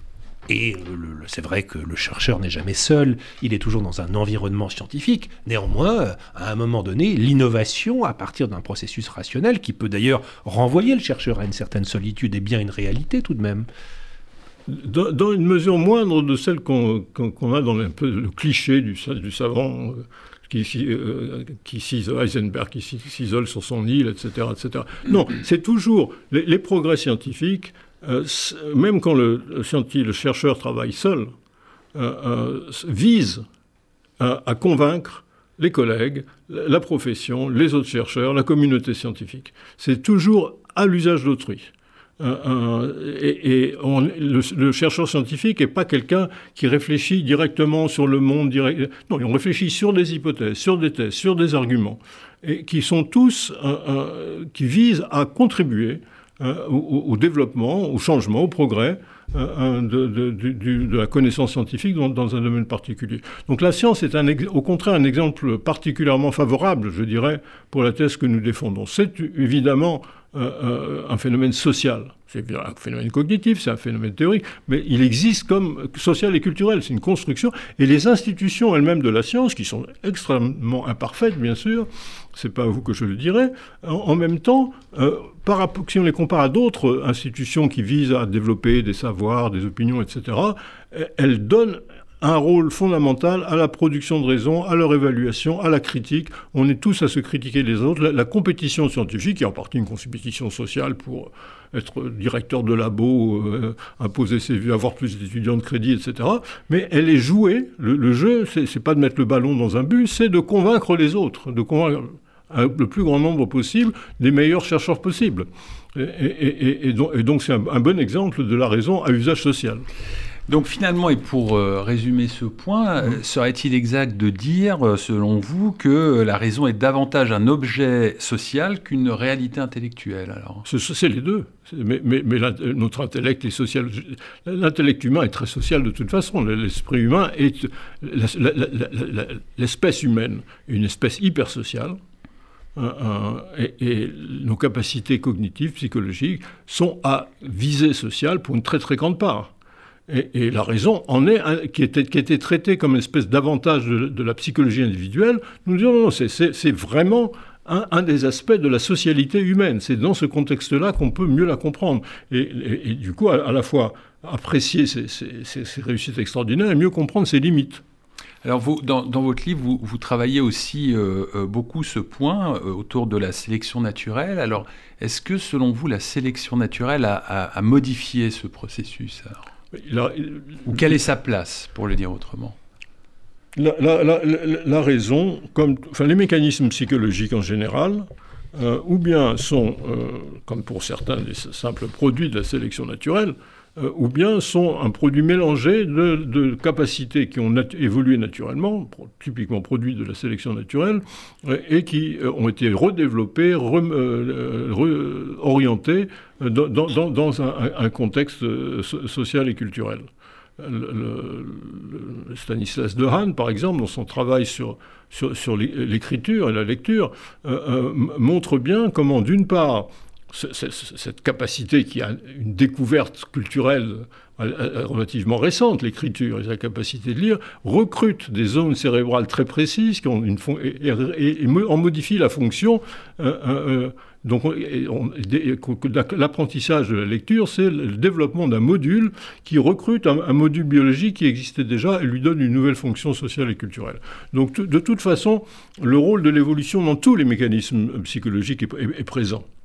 Et le, le, c'est vrai que le chercheur n'est jamais seul, il est toujours dans un environnement scientifique. Néanmoins, à un moment donné, l'innovation, à partir d'un processus rationnel, qui peut d'ailleurs renvoyer le chercheur à une certaine solitude, est bien une réalité tout de même. Dans, dans une mesure moindre de celle qu'on, qu'on, qu'on a dans un peu le cliché du, du savant euh, qui, euh, qui s'isole, Heisenberg qui s'isole sur son île, et cetera, et cetera. Non, c'est toujours les, les progrès scientifiques. Euh, même quand le, le, le chercheur travaille seul, euh, euh, vise à, à convaincre les collègues, la profession, les autres chercheurs, la communauté scientifique. C'est toujours à l'usage d'autrui. Euh, euh, et et on, le, le chercheur scientifique n'est pas quelqu'un qui réfléchit directement sur le monde. Direct... Non, on réfléchit sur des hypothèses, sur des thèses, sur des arguments, et qui sont tous, euh, euh, qui visent à contribuer Euh, au, au développement, au changement, au progrès euh, de, de, de, de la connaissance scientifique dans, dans un domaine particulier. Donc la science est un, au contraire un exemple particulièrement favorable, je dirais, pour la thèse que nous défendons. C'est évidemment euh, euh, un phénomène social. C'est un phénomène cognitif, c'est un phénomène théorique, mais il existe comme social et culturel. C'est une construction. Et les institutions elles-mêmes de la science, qui sont extrêmement imparfaites, bien sûr, c'est pas à vous que je le dirai, en, en même temps, euh, par rapport, si on les compare à d'autres institutions qui visent à développer des savoirs, des opinions, et cetera, elles donnent un rôle fondamental à la production de raisons, à leur évaluation, à la critique. On est tous à se critiquer les autres. La, la compétition scientifique, qui est en partie une compétition sociale pour être directeur de labo, euh, imposer ses vues, avoir plus d'étudiants de crédit, et cetera. Mais elle est jouée. Le, le jeu, c'est, c'est pas de mettre le ballon dans un but, c'est de convaincre les autres, de convaincre un, le plus grand nombre possible des meilleurs chercheurs possibles. Et, et, et, et, donc, et donc c'est un, un bon exemple de la raison à usage social. Donc finalement, et pour euh, résumer ce point, mmh. serait-il exact de dire, selon vous, que la raison est davantage un objet social qu'une réalité intellectuelle alors ? c'est, c'est les deux. Mais, mais, mais notre intellect est social. L'intellect humain est très social de toute façon. L'esprit humain est... La, la, la, la, l'espèce humaine est une espèce hyper sociale. Euh, euh, et, et nos capacités cognitives, psychologiques, sont à visée sociale pour une très très grande part. Et, et la raison en est, un, qui, était, qui était traitée comme une espèce d'avantage de, de la psychologie individuelle. Nous disons non, non c'est, c'est, c'est vraiment un, un des aspects de la socialité humaine. C'est dans ce contexte-là qu'on peut mieux la comprendre. Et, et, et du coup, à, à la fois apprécier ses, ses, ses, ses réussites extraordinaires et mieux comprendre ses limites. Alors, vous, dans, dans votre livre, vous, vous travaillez aussi euh, euh, beaucoup ce point euh, autour de la sélection naturelle. Alors, est-ce que, selon vous, la sélection naturelle a, a, a modifié ce processus alors ? La, Ou quelle est sa place, pour le dire autrement ? La, la, la, la, la raison, comme, enfin, les mécanismes psychologiques en général, euh, ou bien sont, euh, comme pour certains, des simples produits de la sélection naturelle, euh, ou bien sont un produit mélangé de, de capacités qui ont nat- évolué naturellement, pro- typiquement produits de la sélection naturelle, euh, et qui euh, ont été redéveloppés, re- euh, re- orientés dans, dans, dans un, un contexte euh, social et culturel. Le, le, le Stanislas Dehaene, par exemple, dans son travail sur, sur, sur l'écriture et la lecture, euh, euh, montre bien comment, d'une part, cette capacité qui a une découverte culturelle relativement récente, l'écriture et sa capacité de lire, recrute des zones cérébrales très précises qui ont une fon- et, et, et en modifie la fonction. Euh, euh, donc, on, on, l'apprentissage de la lecture, c'est le développement d'un module qui recrute un, un module biologique qui existait déjà et lui donne une nouvelle fonction sociale et culturelle. Donc, t- de toute façon, le rôle de l'évolution dans tous les mécanismes psychologiques est, est, est présent.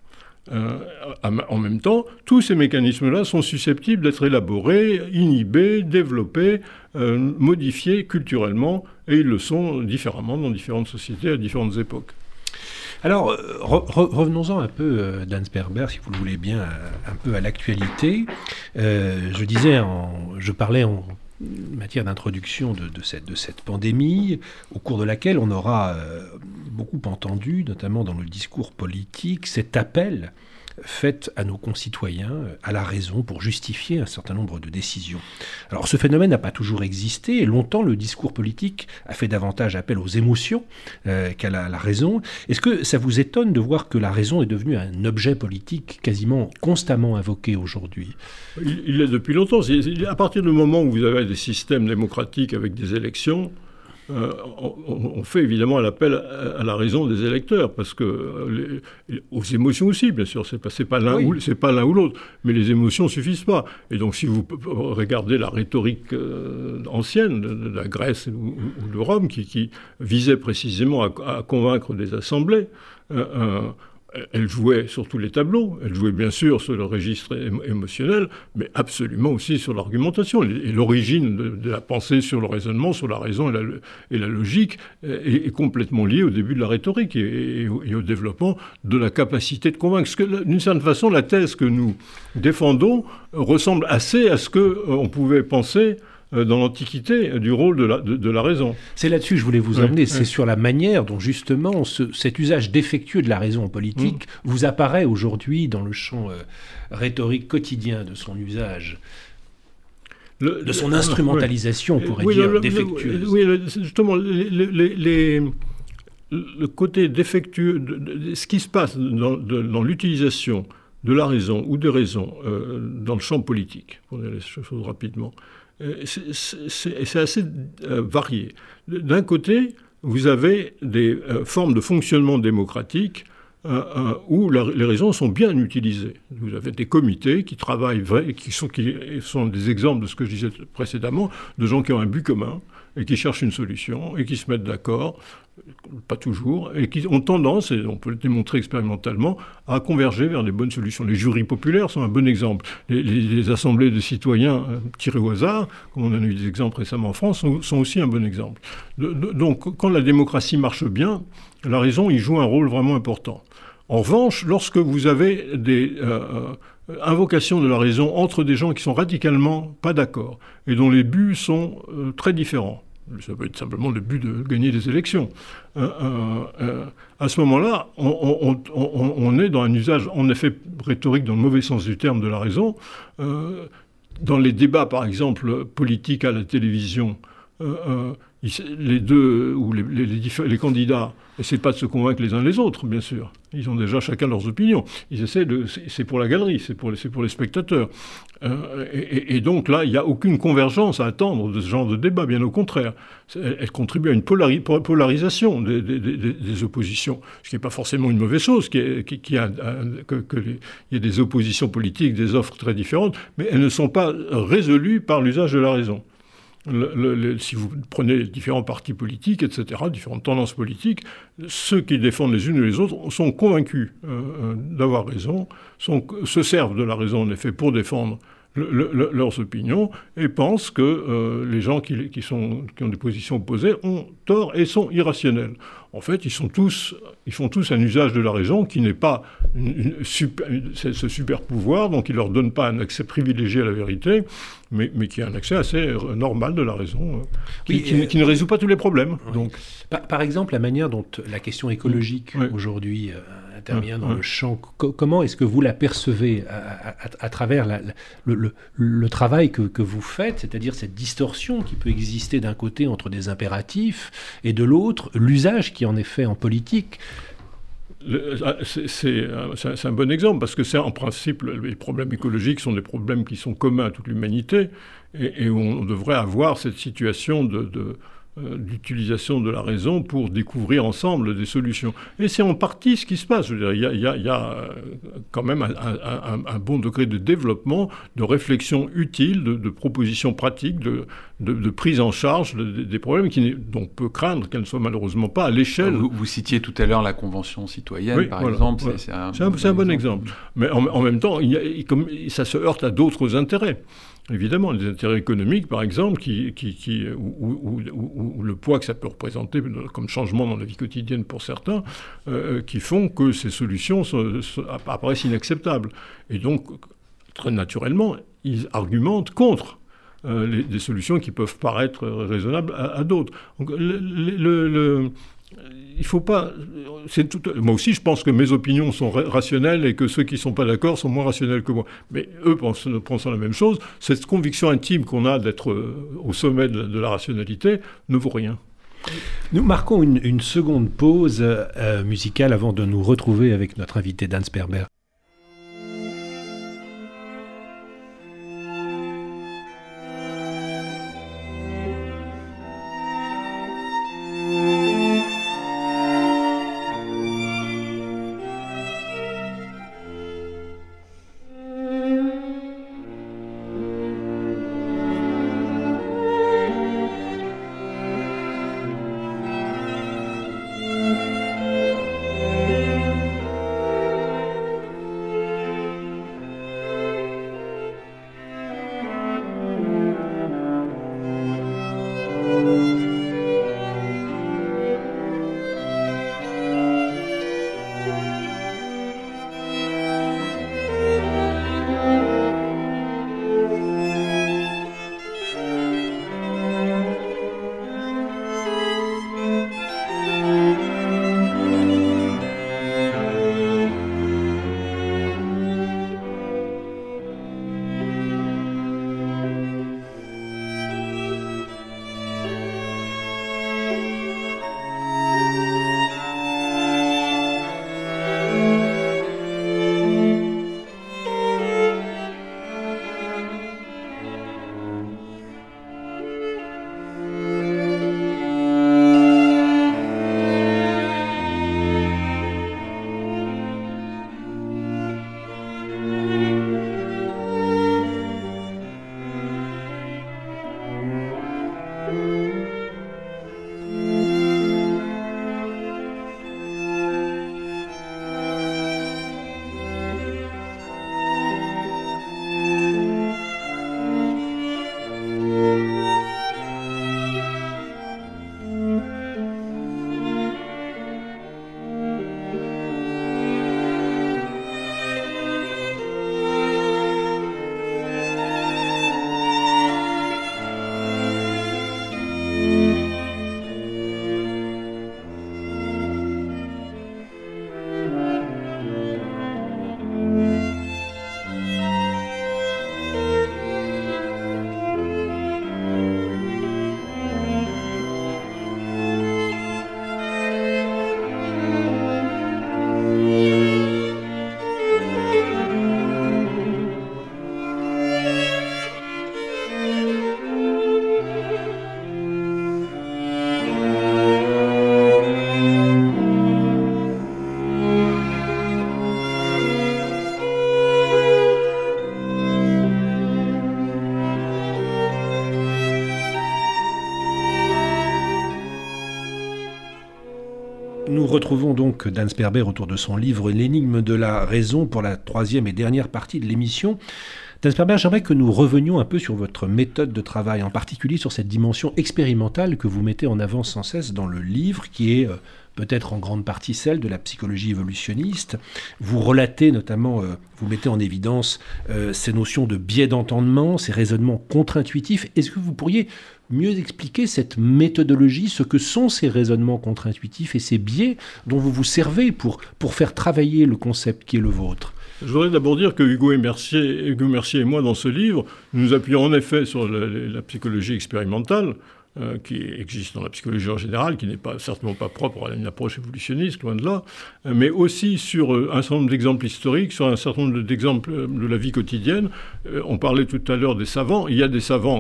Euh, en même temps, tous ces mécanismes-là sont susceptibles d'être élaborés, inhibés, développés, euh, modifiés culturellement, et ils le sont différemment dans différentes sociétés à différentes époques. Alors, re- re- revenons-en un peu, euh, Dan Sperber, si vous le voulez bien, à- un peu à l'actualité. Euh, je disais, en, je parlais en matière d'introduction de, de, cette, de cette pandémie, au cours de laquelle on aura euh, beaucoup entendu, notamment dans le discours politique, cet appel fait à nos concitoyens à la raison pour justifier un certain nombre de décisions. Alors ce phénomène n'a pas toujours existé, et longtemps le discours politique a fait davantage appel aux émotions euh, qu'à la, la raison. Est-ce que ça vous étonne de voir que la raison est devenue un objet politique quasiment constamment invoqué aujourd'hui ? Il, il l'est depuis longtemps. C'est, c'est, à partir du moment où vous avez des systèmes démocratiques avec des élections, Euh, on, on fait évidemment l'appel à, à la raison des électeurs, parce que euh, les, aux émotions aussi, bien sûr, c'est pas, c'est pas l'un, oui. ou, c'est pas l'un ou l'autre, mais les émotions suffisent pas. Et donc, si vous regardez la rhétorique euh, ancienne de, de la Grèce ou, ou de Rome, qui, qui visait précisément à, à convaincre des assemblées, euh, euh, elle jouait sur tous les tableaux, elle jouait bien sûr sur le registre émotionnel, mais absolument aussi sur l'argumentation. Et l'origine de, de la pensée sur le raisonnement, sur la raison et la, et la logique est, est complètement liée au début de la rhétorique et, et, au, et au développement de la capacité de convaincre. Parce que, d'une certaine façon, la thèse que nous défendons ressemble assez à ce qu'on pouvait penser dans l'Antiquité du rôle de la, de, de la raison. C'est là-dessus que je voulais vous emmener, oui, c'est oui. sur la manière dont justement ce, cet usage défectueux de la raison politique mmh. vous apparaît aujourd'hui dans le champ euh, rhétorique quotidien de son usage, le, de son instrumentalisation, on oui. pourrait oui, dire, le, défectueuse. Le, oui, le, justement, les, les, les, le côté défectueux, de, de, de, ce qui se passe dans, de, dans l'utilisation de la raison ou des raisons euh, dans le champ politique, pour dire les choses rapidement, C'est, c'est, c'est assez euh, varié. D'un côté, vous avez des euh, formes de fonctionnement démocratique euh, euh, où la, les raisons sont bien utilisées. Vous avez des comités qui travaillent, vrai, qui, sont, qui sont des exemples de ce que je disais précédemment, de gens qui ont un but commun et qui cherchent une solution et qui se mettent d'accord, pas toujours, et qui ont tendance, et on peut le démontrer expérimentalement, à converger vers des bonnes solutions. Les jurys populaires sont un bon exemple. Les, les, les assemblées de citoyens euh, tirées au hasard, comme on en a eu des exemples récemment en France, sont, sont aussi un bon exemple. De, de, donc, quand la démocratie marche bien, la raison y joue un rôle vraiment important. En revanche, lorsque vous avez des euh, invocations de la raison entre des gens qui sont radicalement pas d'accord, et dont les buts sont euh, très différents, ça peut être simplement le but de gagner des élections. Euh, euh, euh, à ce moment-là, on, on, on, on est dans un usage, en effet, rhétorique dans le mauvais sens du terme de la raison. Euh, dans les débats, par exemple, politiques à la télévision, euh, euh, les deux, ou les, les, les, les candidats n'essaient pas de se convaincre les uns les autres, bien sûr. Ils ont déjà chacun leurs opinions. Ils essaient de... C'est, c'est pour la galerie, c'est pour les, c'est pour les spectateurs. Euh, et, et donc là, il n'y a aucune convergence à attendre de ce genre de débat, bien au contraire. Elle, elle contribue à une polari, polarisation des, des, des, des oppositions, ce qui n'est pas forcément une mauvaise chose, qui est, qui, qui a, que, que les, il y ait des oppositions politiques, des offres très différentes, mais elles ne sont pas résolues par l'usage de la raison. Le, le, le, si vous prenez différents partis politiques, et cetera, différentes tendances politiques, ceux qui défendent les unes et les autres sont convaincus euh, d'avoir raison, sont, se servent de la raison en effet pour défendre le, le, leurs opinions et pensent que euh, les gens qui, qui, sont, qui ont des positions opposées ont tort et sont irrationnels. En fait, ils, sont tous, ils font tous un usage de la raison qui n'est pas une, une super, ce super pouvoir, donc il ne leur donne pas un accès privilégié à la vérité, mais, mais qui est un accès assez normal de la raison, qui, oui, qui, euh, qui ne résout pas tous les problèmes. Oui. Donc. Par, par exemple, la manière dont la question écologique oui. aujourd'hui euh, intervient oui. dans oui. le champ, co- comment est-ce que vous la percevez à, à, à travers la, la, le, le, le travail que, que vous faites, c'est-à-dire cette distorsion qui peut exister d'un côté entre des impératifs et de l'autre, l'usage qui en est fait en politique? Le, c'est, c'est, c'est, c'est un bon exemple, parce que c'est en principe, les problèmes écologiques sont des problèmes qui sont communs à toute l'humanité, et, et on devrait avoir cette situation de, de, euh, d'utilisation de la raison pour découvrir ensemble des solutions. Et c'est en partie ce qui se passe. Je veux dire, il y a, il y a, il y a quand même un, un, un, un bon degré de développement, de réflexion utile, de, de propositions pratiques, de, de, de prise en charge de, de, des problèmes qui, dont on peut craindre qu'elles ne soient malheureusement pas à l'échelle. Vous, vous citiez tout à l'heure la Convention citoyenne, oui, par voilà, exemple. voilà. C'est, c'est un, c'est un, c'est un bon exemple. Mais en, en même temps, il y a, comme, ça se heurte à d'autres intérêts. Évidemment, des intérêts économiques, par exemple, qui, qui, qui, ou, ou, ou, ou le poids que ça peut représenter comme changement dans la vie quotidienne pour certains, euh, qui font que ces solutions sont, sont, apparaissent inacceptables. Et donc, très naturellement, ils argumentent contre euh, les, des solutions qui peuvent paraître raisonnables à, à d'autres. Donc, le... le, le il faut pas. C'est tout, moi aussi, je pense que mes opinions sont rationnelles et que ceux qui ne sont pas d'accord sont moins rationnels que moi. Mais eux pensent, pensent la même chose. Cette conviction intime qu'on a d'être au sommet de la, de la rationalité ne vaut rien. Nous marquons une, une seconde pause euh, musicale avant de nous retrouver avec notre invité Dan Sperber. Nous retrouvons donc Dan Sperber autour de son livre « L'énigme de la raison » pour la troisième et dernière partie de l'émission. Dan Sperber, j'aimerais que nous revenions un peu sur votre méthode de travail, en particulier sur cette dimension expérimentale que vous mettez en avant sans cesse dans le livre, qui est euh, peut-être en grande partie celle de la psychologie évolutionniste. Vous relatez notamment, euh, vous mettez en évidence euh, ces notions de biais d'entendement, ces raisonnements contre-intuitifs. Est-ce que vous pourriez mieux expliquer cette méthodologie, ce que sont ces raisonnements contre-intuitifs et ces biais dont vous vous servez pour, pour faire travailler le concept qui est le vôtre ? Je voudrais d'abord dire que Hugo et Mercier, Hugo Mercier et moi, dans ce livre, nous appuyons en effet sur la, la psychologie expérimentale, euh, qui existe dans la psychologie en général, qui n'est pas, certainement pas propre à une approche évolutionniste, loin de là, euh, mais aussi sur euh, un certain nombre d'exemples historiques, sur un certain nombre d'exemples de la vie quotidienne. Euh, on parlait tout à l'heure des savants. Il y a des savants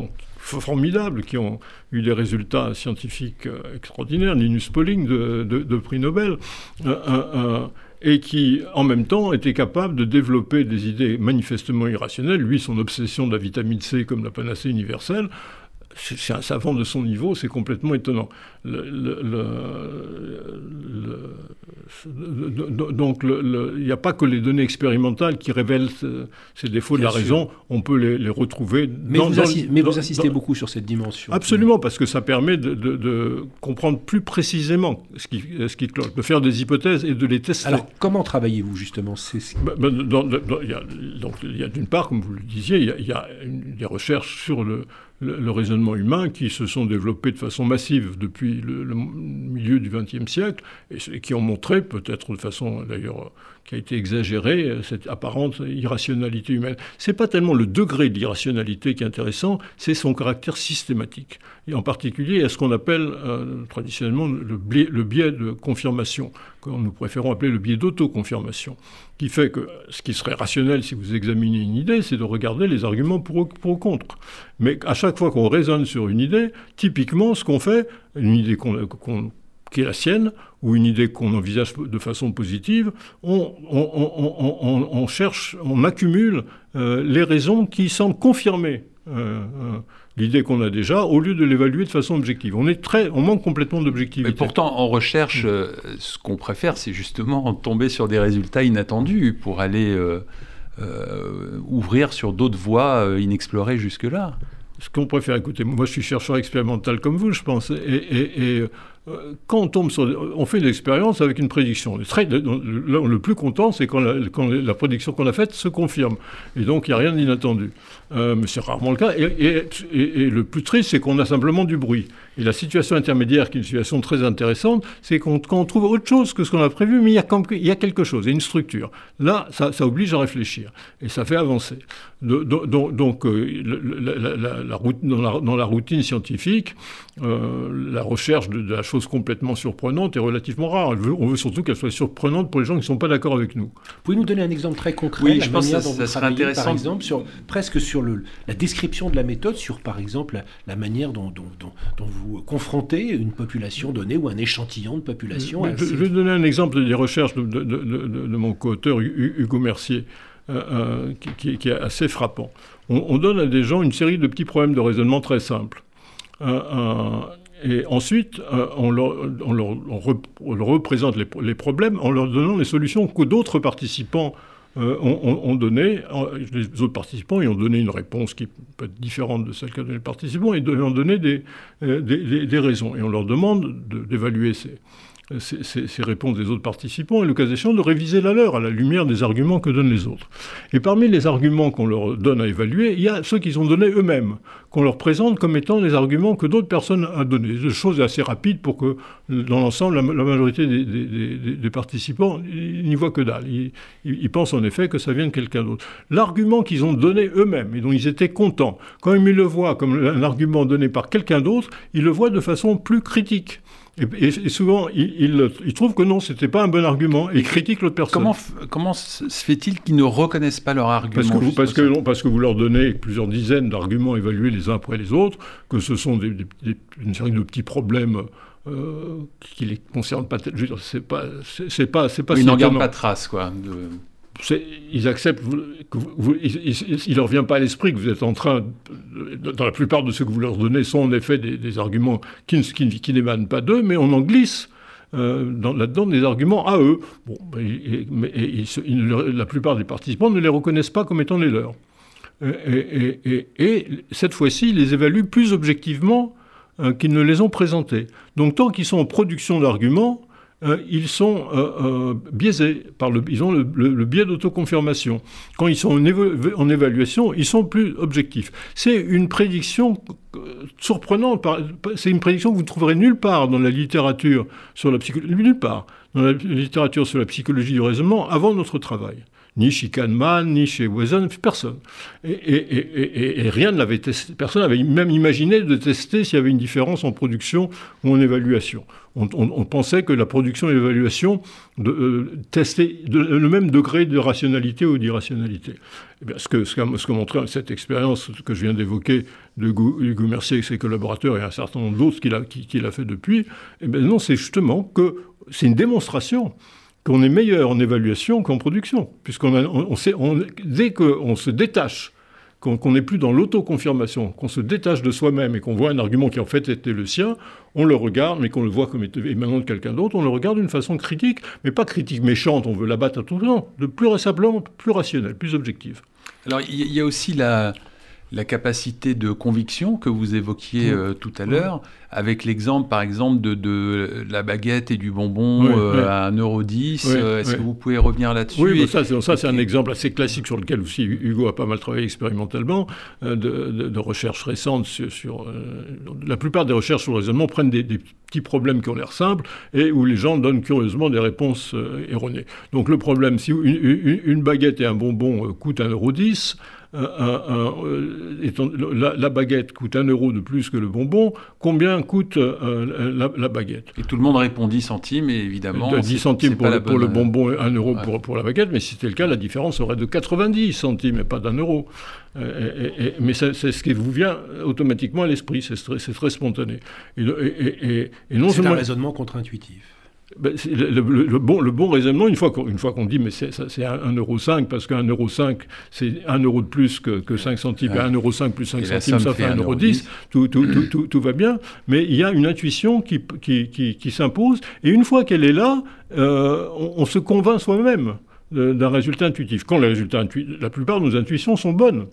formidables qui ont eu des résultats scientifiques extraordinaires, Linus Pauling de, de, de prix Nobel, euh, euh, et qui, en même temps, était capable de développer des idées manifestement irrationnelles. Lui, son obsession de la vitamine C comme la panacée universelle, chez un savant de son niveau, c'est complètement étonnant. Le, le, le, le, donc, il n'y a pas que les données expérimentales qui révèlent ce, ces défauts Bien de la sûr. raison. On peut les, les retrouver. Mais, dans, vous, dans, insistez, mais dans, vous insistez dans, beaucoup sur cette dimension. Absolument, parce que ça permet de, de, de comprendre plus précisément ce qui, ce qui cloche, de faire des hypothèses et de les tester. Alors, comment travaillez-vous, justement c'est... ben, ben, dans, dans, il y a, donc, il y a d'une part, comme vous le disiez, il y a, il y a une, des recherches sur le... Le, le raisonnement humain qui se sont développés de façon massive depuis le, le milieu du vingtième siècle et, et qui ont montré, peut-être de façon d'ailleurs qui a été exagérée, cette apparente irrationalité humaine. C'est pas tellement le degré de l'irrationalité qui est intéressant, c'est son caractère systématique. Et en particulier, il y a ce qu'on appelle euh, traditionnellement le biais, le biais de confirmation, que nous préférons appeler le biais d'autoconfirmation, qui fait que ce qui serait rationnel si vous examinez une idée, c'est de regarder les arguments pour ou, pour ou contre. Mais à chaque fois qu'on raisonne sur une idée, typiquement, ce qu'on fait, une idée qu'on, qu'on, qui est la sienne, ou une idée qu'on envisage de façon positive, on, on, on, on, on cherche, on accumule euh, les raisons qui semblent confirmer euh, euh, l'idée qu'on a déjà, au lieu de l'évaluer de façon objective. On est très, on manque complètement d'objectivité. Mais pourtant, en recherche, euh, ce qu'on préfère, c'est justement tomber sur des résultats inattendus pour aller euh, euh, ouvrir sur d'autres voies euh, inexplorées jusque-là. Ce qu'on préfère, écoutez, moi je suis chercheur expérimental comme vous, je pense, et, et, et euh, quand on tombe sur, on fait une expérience avec une prédiction. Très, le, le plus content, c'est quand la, quand la prédiction qu'on a faite se confirme, et donc il n'y a rien d'inattendu. Euh, mais c'est rarement le cas. Et, et, et, et le plus triste, c'est qu'on a simplement du bruit. Et la situation intermédiaire, qui est une situation très intéressante, c'est qu'on, quand on trouve autre chose que ce qu'on a prévu, mais il y a, il y a quelque chose, il y a une structure. Là, ça, ça oblige à réfléchir, et ça fait avancer. De, de, donc, donc euh, la, la, la, la, dans, la, dans la routine scientifique, euh, la recherche de, de la chose complètement surprenante est relativement rare. On veut, on veut surtout qu'elle soit surprenante pour les gens qui ne sont pas d'accord avec nous. Pouvez-nous donner un exemple très concret? Oui, la je pense que ça, dont ça vous serait intéressant. Par exemple, sur, presque sur le, la description de la méthode, sur par exemple la, la manière dont, dont, dont, dont vous confrontez une population donnée ou un échantillon de population. Je, assez... je vais donner un exemple des recherches de, de, de, de, de mon co-auteur Hugo Mercier, euh, euh, qui, qui, qui est assez frappant. On, on donne à des gens une série de petits problèmes de raisonnement très simples. Euh, euh, et ensuite, euh, on, leur, on, leur, on, rep, on leur représente les, les problèmes en leur donnant les solutions que d'autres participants euh, ont, ont, ont données. Les autres participants y ont donné une réponse qui peut être différente de celle qu'a donné les participants et ont donné des, euh, des, des, des raisons. Et on leur demande de, d'évaluer ces... Ces, ces, ces réponses des autres participants et le cas échéant de réviser la leur à la lumière des arguments que donnent les autres. Et parmi les arguments qu'on leur donne à évaluer, il y a ceux qu'ils ont donnés eux-mêmes, qu'on leur présente comme étant les arguments que d'autres personnes ont donnés. Des choses assez rapides pour que, dans l'ensemble, la, la majorité des, des, des, des participants n'y voient que dalle. Ils, ils pensent en effet que ça vient de quelqu'un d'autre. L'argument qu'ils ont donné eux-mêmes et dont ils étaient contents, quand ils le voient comme un argument donné par quelqu'un d'autre, ils le voient de façon plus critique. Et, et, et souvent, ils il, il trouvent que non, c'était pas un bon argument et critiquent l'autre personne. Comment, comment se fait-il qu'ils ne reconnaissent pas leur argument? Parce que, vous, parce, que, non, parce que vous leur donnez plusieurs dizaines d'arguments évalués les uns après les autres, que ce sont des, des, des, une série de petits problèmes euh, qui ne les concernent pas. Je veux dire, c'est pas, c'est, c'est pas, c'est pas. Ils si n'en gardent pas trace, quoi. De... C'est, ils acceptent que vous, vous, il ne leur vient pas à l'esprit que vous êtes en train, de, dans la plupart de ceux que vous leur donnez sont en effet des, des arguments qui, qui, qui n'émanent pas d'eux, mais on en glisse euh, dans, là-dedans des arguments à eux. Bon, et, mais et, et, ils, la plupart des participants ne les reconnaissent pas comme étant les leurs. Et, et, et, et cette fois-ci, ils les évaluent plus objectivement euh, qu'ils ne les ont présentés. Donc tant qu'ils sont en production d'arguments, Euh, ils sont euh, euh, biaisés, par le, ils ont le, le, le biais d'autoconfirmation. Quand ils sont en, évo- en évaluation, ils sont plus objectifs. C'est une prédiction euh, surprenante, par, c'est une prédiction que vous ne trouverez nulle part dans la littérature sur la psychologie, nulle part dans la littérature sur la psychologie du raisonnement avant notre travail. ni chez Kahneman, ni chez Wesen, personne. Et, et, et, et, et rien ne l'avait testé. Personne n'avait même imaginé de tester s'il y avait une différence en production ou en évaluation. On, on, on pensait que la production et l'évaluation de, euh, testaient de, le même degré de rationalité ou d'irrationalité. Eh bien, ce que, ce qu'a, ce qu'a montré cette expérience que je viens d'évoquer de Hugo Mercier et ses collaborateurs et un certain nombre d'autres qu'il a, qu'il, qu'il a fait depuis, eh bien non, c'est justement que c'est une démonstration qu'on est meilleur en évaluation qu'en production. Puisqu'on a, on, on sait, on, dès qu'on se détache, qu'on n'est plus dans l'autoconfirmation, qu'on se détache de soi-même et qu'on voit un argument qui en fait était le sien, on le regarde, mais qu'on le voit comme émanant de quelqu'un d'autre, on le regarde d'une façon critique, mais pas critique méchante, on veut l'abattre à tout le temps, de plus simplement, plus rationnel, plus objectif. Alors il y, y a aussi la... la capacité de conviction que vous évoquiez euh, tout à l'heure, avec l'exemple, par exemple, de, de la baguette et du bonbon oui, euh, oui. à un euro dix. Oui, euh, est-ce oui. que vous pouvez revenir là-dessus? Oui, et... ça, c'est, ça, c'est un exemple assez classique sur lequel aussi Hugo a pas mal travaillé expérimentalement, euh, de, de, de recherches récentes sur... sur euh, la plupart des recherches sur le raisonnement prennent des, des petits problèmes qui ont l'air simples et où les gens donnent curieusement des réponses euh, erronées. Donc le problème, si une, une, une baguette et un bonbon euh, coûtent un euro dix, Un, un, un, étant, la, la baguette coûte un euro de plus que le bonbon, combien coûte euh, la, la baguette? Et tout le monde répond dix centimes, et évidemment... dix centimes pour, le, pour le bonbon et un euro ouais. pour, pour la baguette, mais si c'était le cas, la différence serait de quatre-vingt-dix centimes et pas d'un euro. Euh, et, et, mais c'est, c'est ce qui vous vient automatiquement à l'esprit, c'est, c'est très spontané. Et, et, et, et non c'est seulement... un raisonnement contre-intuitif. Ben, le, le, le, bon, le bon raisonnement, une fois qu'on, une fois qu'on dit mais c'est, ça, c'est un euro cinq, parce qu'un euro cinq, c'est un euro de plus que, que cinq centimes, ouais. et un euro cinq plus cinq centimes, ça fait un euro dix, tout, tout, tout, tout, tout va bien, mais il y a une intuition qui, qui, qui, qui s'impose, et une fois qu'elle est là, euh, on, on se convainc soi-même d'un résultat intuitif. Quand les résultats intuitifs, la plupart de nos intuitions sont bonnes.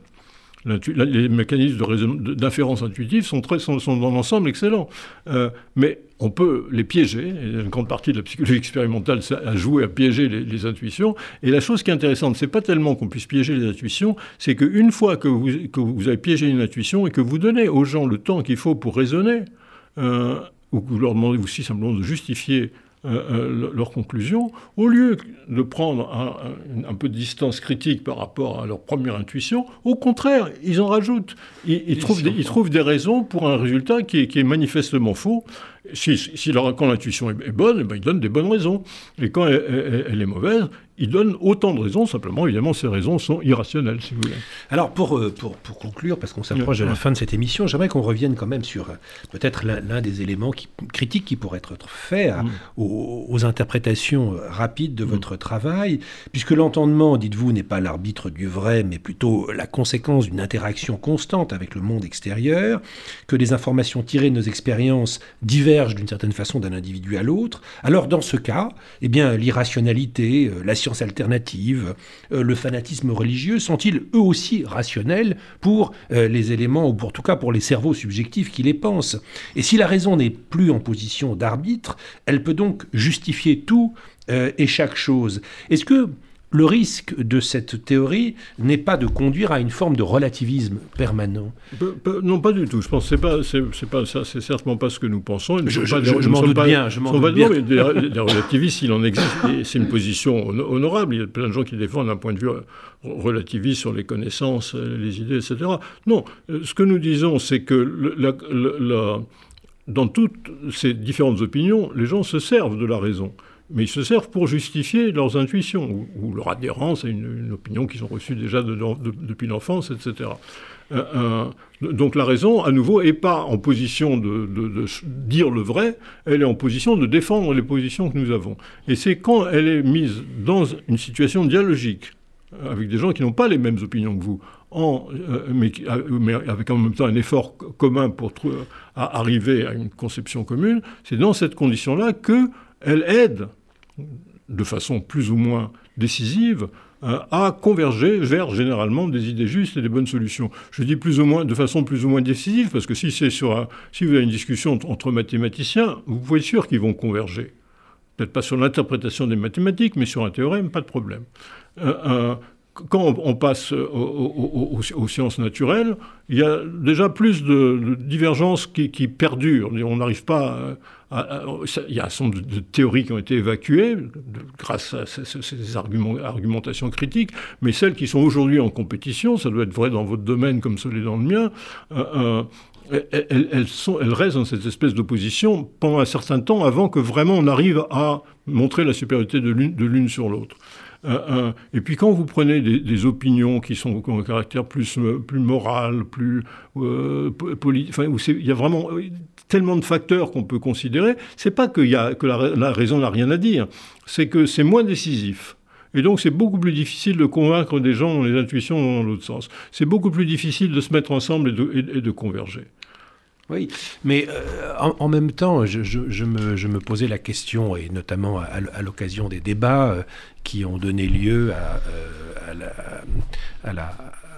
Les mécanismes de raison, d'inférence intuitive sont, très, sont, sont dans l'ensemble excellents. Euh, mais on peut les piéger. Et une grande partie de la psychologie expérimentale a joué à piéger les, les intuitions. Et la chose qui est intéressante, c'est pas tellement qu'on puisse piéger les intuitions, c'est qu'une fois que vous, que vous avez piégé une intuition et que vous donnez aux gens le temps qu'il faut pour raisonner, euh, ou que vous leur demandez aussi simplement de justifier Euh, euh, leurs conclusions, au lieu de prendre un, un, un peu de distance critique par rapport à leur première intuition, au contraire, ils en rajoutent. Ils, ils, trouvent, des, ils trouvent des raisons pour un résultat qui est, qui est manifestement faux. Si, si leur, quand l'intuition est, est bonne, eh ben, ils donnent des bonnes raisons. Et quand elle, elle, elle est mauvaise, ils donnent autant de raisons, simplement, évidemment, ces raisons sont irrationnelles, si vous voulez. Alors, pour, pour, pour conclure, parce qu'on s'approche de la fin de cette émission, j'aimerais qu'on revienne quand même sur peut-être l'un, l'un des éléments qui, critiques qui pourraient être faits à, mmh. aux, aux interprétations rapides de mmh. votre travail, puisque l'entendement, dites-vous, n'est pas l'arbitre du vrai, mais plutôt la conséquence d'une interaction constante avec le monde extérieur, que les informations tirées de nos expériences divergent d'une certaine façon d'un individu à l'autre. Alors, dans ce cas, eh bien, l'irrationalité, la science alternative, euh, le fanatisme religieux sont-ils eux aussi rationnels pour euh, les éléments, ou pour, en tout cas pour les cerveaux subjectifs qui les pensent? Et si la raison n'est plus en position d'arbitre, elle peut donc justifier tout euh, et chaque chose. Est-ce que le risque de cette théorie n'est pas de conduire à une forme de relativisme permanent? Peu, peu, Non, pas du tout. Je pense que c'est pas, c'est, c'est pas ça. C'est certainement pas ce que nous pensons. Je, je, pas, je, je m'en doute pas, bien. Je m'en doute bien. Des, des relativistes, il en existe. Et c'est une position honorable. Il y a plein de gens qui défendent un point de vue relativiste sur les connaissances, les idées, et cetera. Non. Ce que nous disons, c'est que le, la, la, la, dans toutes ces différentes opinions, les gens se servent de la raison. Mais ils se servent pour justifier leurs intuitions ou, ou leur adhérence à une, une opinion qu'ils ont reçue déjà de, de, de, depuis l'enfance, et cetera. Euh, euh, donc la raison, à nouveau, n'est pas en position de, de, de dire le vrai, elle est en position de défendre les positions que nous avons. Et c'est quand elle est mise dans une situation dialogique, avec des gens qui n'ont pas les mêmes opinions que vous, en, euh, mais, mais avec en même temps un effort commun pour tr- à arriver à une conception commune, c'est dans cette condition-là qu'elle aide, de façon plus ou moins décisive, euh, à converger vers généralement des idées justes et des bonnes solutions. Je dis plus ou moins, de façon plus ou moins décisive, parce que si, c'est sur un, si vous avez une discussion entre mathématiciens, vous pouvez être sûr qu'ils vont converger. Peut-être pas sur l'interprétation des mathématiques, mais sur un théorème, pas de problème. Euh, euh, Quand on passe aux, aux, aux, aux sciences naturelles, il y a déjà plus de, de divergences qui, qui perdurent. On n'arrive pas à, à, il y a un certain nombre de, de théories qui ont été évacuées de, grâce à ces, ces arguments, argumentations critiques, mais celles qui sont aujourd'hui en compétition, ça doit être vrai dans votre domaine comme celui dans le mien, euh, euh, elles, elles, sont, elles restent dans cette espèce d'opposition pendant un certain temps avant que vraiment on arrive à montrer la supériorité de l'une, de l'une sur l'autre. Euh, euh, et puis quand vous prenez des, des opinions qui sont qui ont un caractère plus, plus moral, plus euh, politique, enfin, il y a vraiment tellement de facteurs qu'on peut considérer, c'est pas qu'il y a, que la, la raison n'a rien à dire, c'est que c'est moins décisif. Et donc c'est beaucoup plus difficile de convaincre des gens dont les intuitions vont dans l'autre sens. C'est beaucoup plus difficile de se mettre ensemble et de, et, et de converger. Oui, mais euh, en, en même temps, je, je, je, me, je me posais la question, et notamment à, à l'occasion des débats euh, qui ont donné lieu à, euh, à la... À la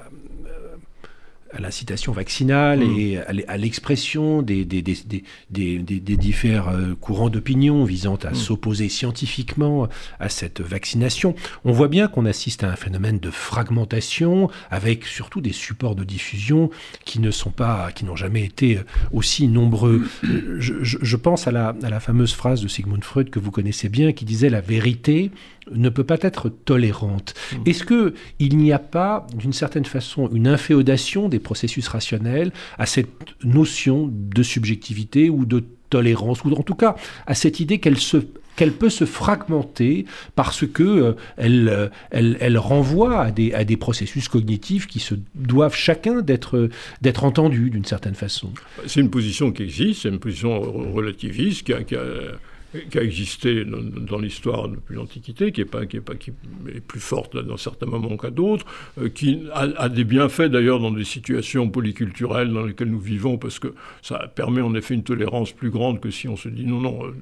à l'incitation vaccinale mmh. et à l'expression des, des, des, des, des, des, des différents courants d'opinion visant à mmh. s'opposer scientifiquement à cette vaccination. On voit bien qu'on assiste à un phénomène de fragmentation avec surtout des supports de diffusion qui ne sont pas, qui n'ont jamais été aussi nombreux. Mmh. Je, je, je pense à la, à la fameuse phrase de Sigmund Freud que vous connaissez bien qui disait « La vérité ne peut pas être tolérante ». Mmh. Est-ce qu'il n'y a pas, d'une certaine façon, une inféodation des processus rationnels à cette notion de subjectivité ou de tolérance, ou en tout cas à cette idée qu'elle se qu'elle peut se fragmenter parce que euh, elle, elle, elle renvoie à des, à des processus cognitifs qui se doivent chacun d'être, d'être entendus d'une certaine façon. C'est une position qui existe, c'est une position relativiste qui a, qui a, qui a existé dans, dans l'histoire depuis l'Antiquité, qui est, pas, qui, est pas, qui est plus forte dans certains moments qu'à d'autres, euh, qui a, a des bienfaits d'ailleurs dans des situations polyculturelles dans lesquelles nous vivons, parce que ça permet en effet une tolérance plus grande que si on se dit non, non, euh,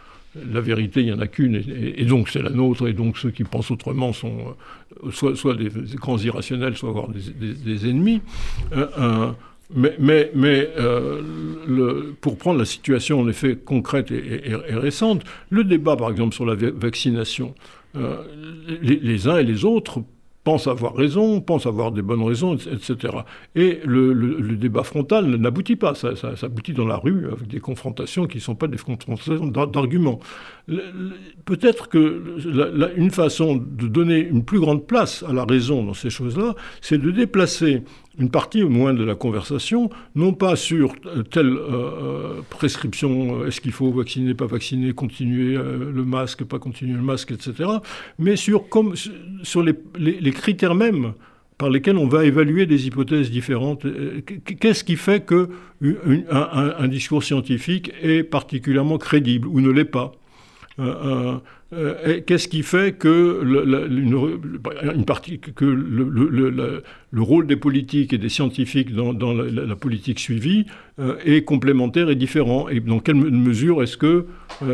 la vérité, il n'y en a qu'une, et, et donc c'est la nôtre, et donc ceux qui pensent autrement sont euh, soit, soit des, des grands irrationnels, soit voire des, des, des ennemis. Euh, euh, mais mais, mais euh, le, pour prendre la situation en effet concrète et, et, et récente, le débat par exemple sur la va- vaccination, euh, les, les uns et les autres pensent avoir raison, pensent avoir des bonnes raisons, et cetera. Et le, le, le débat frontal n'aboutit pas, ça, ça, ça aboutit dans la rue avec des confrontations qui ne sont pas des confrontations d'arguments. Le, le, peut-être que la, la, une façon de donner une plus grande place à la raison dans ces choses-là, c'est de déplacer une partie au moins de la conversation, non pas sur telle euh, prescription, est-ce qu'il faut vacciner, pas vacciner, continuer euh, le masque, pas continuer le masque, et cetera, mais sur, comme, sur les, les, les critères mêmes par lesquels on va évaluer des hypothèses différentes. Qu'est-ce qui fait qu'un un, un discours scientifique est particulièrement crédible ou ne l'est pas ? Euh, euh, qu'est-ce qui fait que, le, la, une, une partie, que le, le, le, le rôle des politiques et des scientifiques dans, dans la, la politique suivie euh, est complémentaire et différent, et dans quelle mesure est-ce que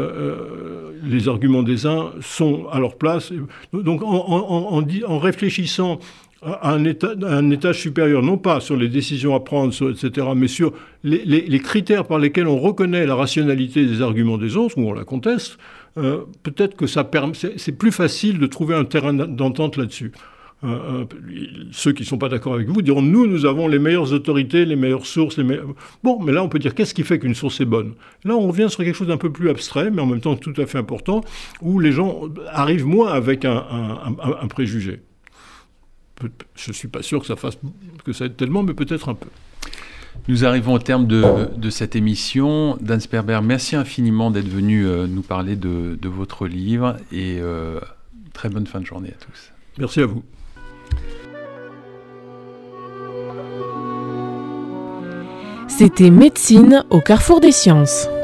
euh, les arguments des uns sont à leur place. Donc en, en, en, en réfléchissant à un, état, à un étage supérieur, non pas sur les décisions à prendre, sur, et cetera, mais sur les, les, les critères par lesquels on reconnaît la rationalité des arguments des autres, ou on la conteste, euh, peut-être que ça permet, c'est, c'est plus facile de trouver un terrain d'entente là-dessus. Euh, euh, ceux qui ne sont pas d'accord avec vous diront « nous, nous avons les meilleures autorités, les meilleures sources, les meilleures... » Bon, mais là, on peut dire « qu'est-ce qui fait qu'une source est bonne ?» Là, on revient sur quelque chose d'un peu plus abstrait, mais en même temps tout à fait important, où les gens arrivent moins avec un, un, un, un préjugé. Je ne suis pas sûr que ça fasse que ça aide tellement, mais peut-être un peu. Nous arrivons au terme de, de cette émission. Dan Sperber, merci infiniment d'être venu euh, nous parler de, de votre livre et euh, très bonne fin de journée à tous. Merci à vous. C'était Médecine au carrefour des sciences.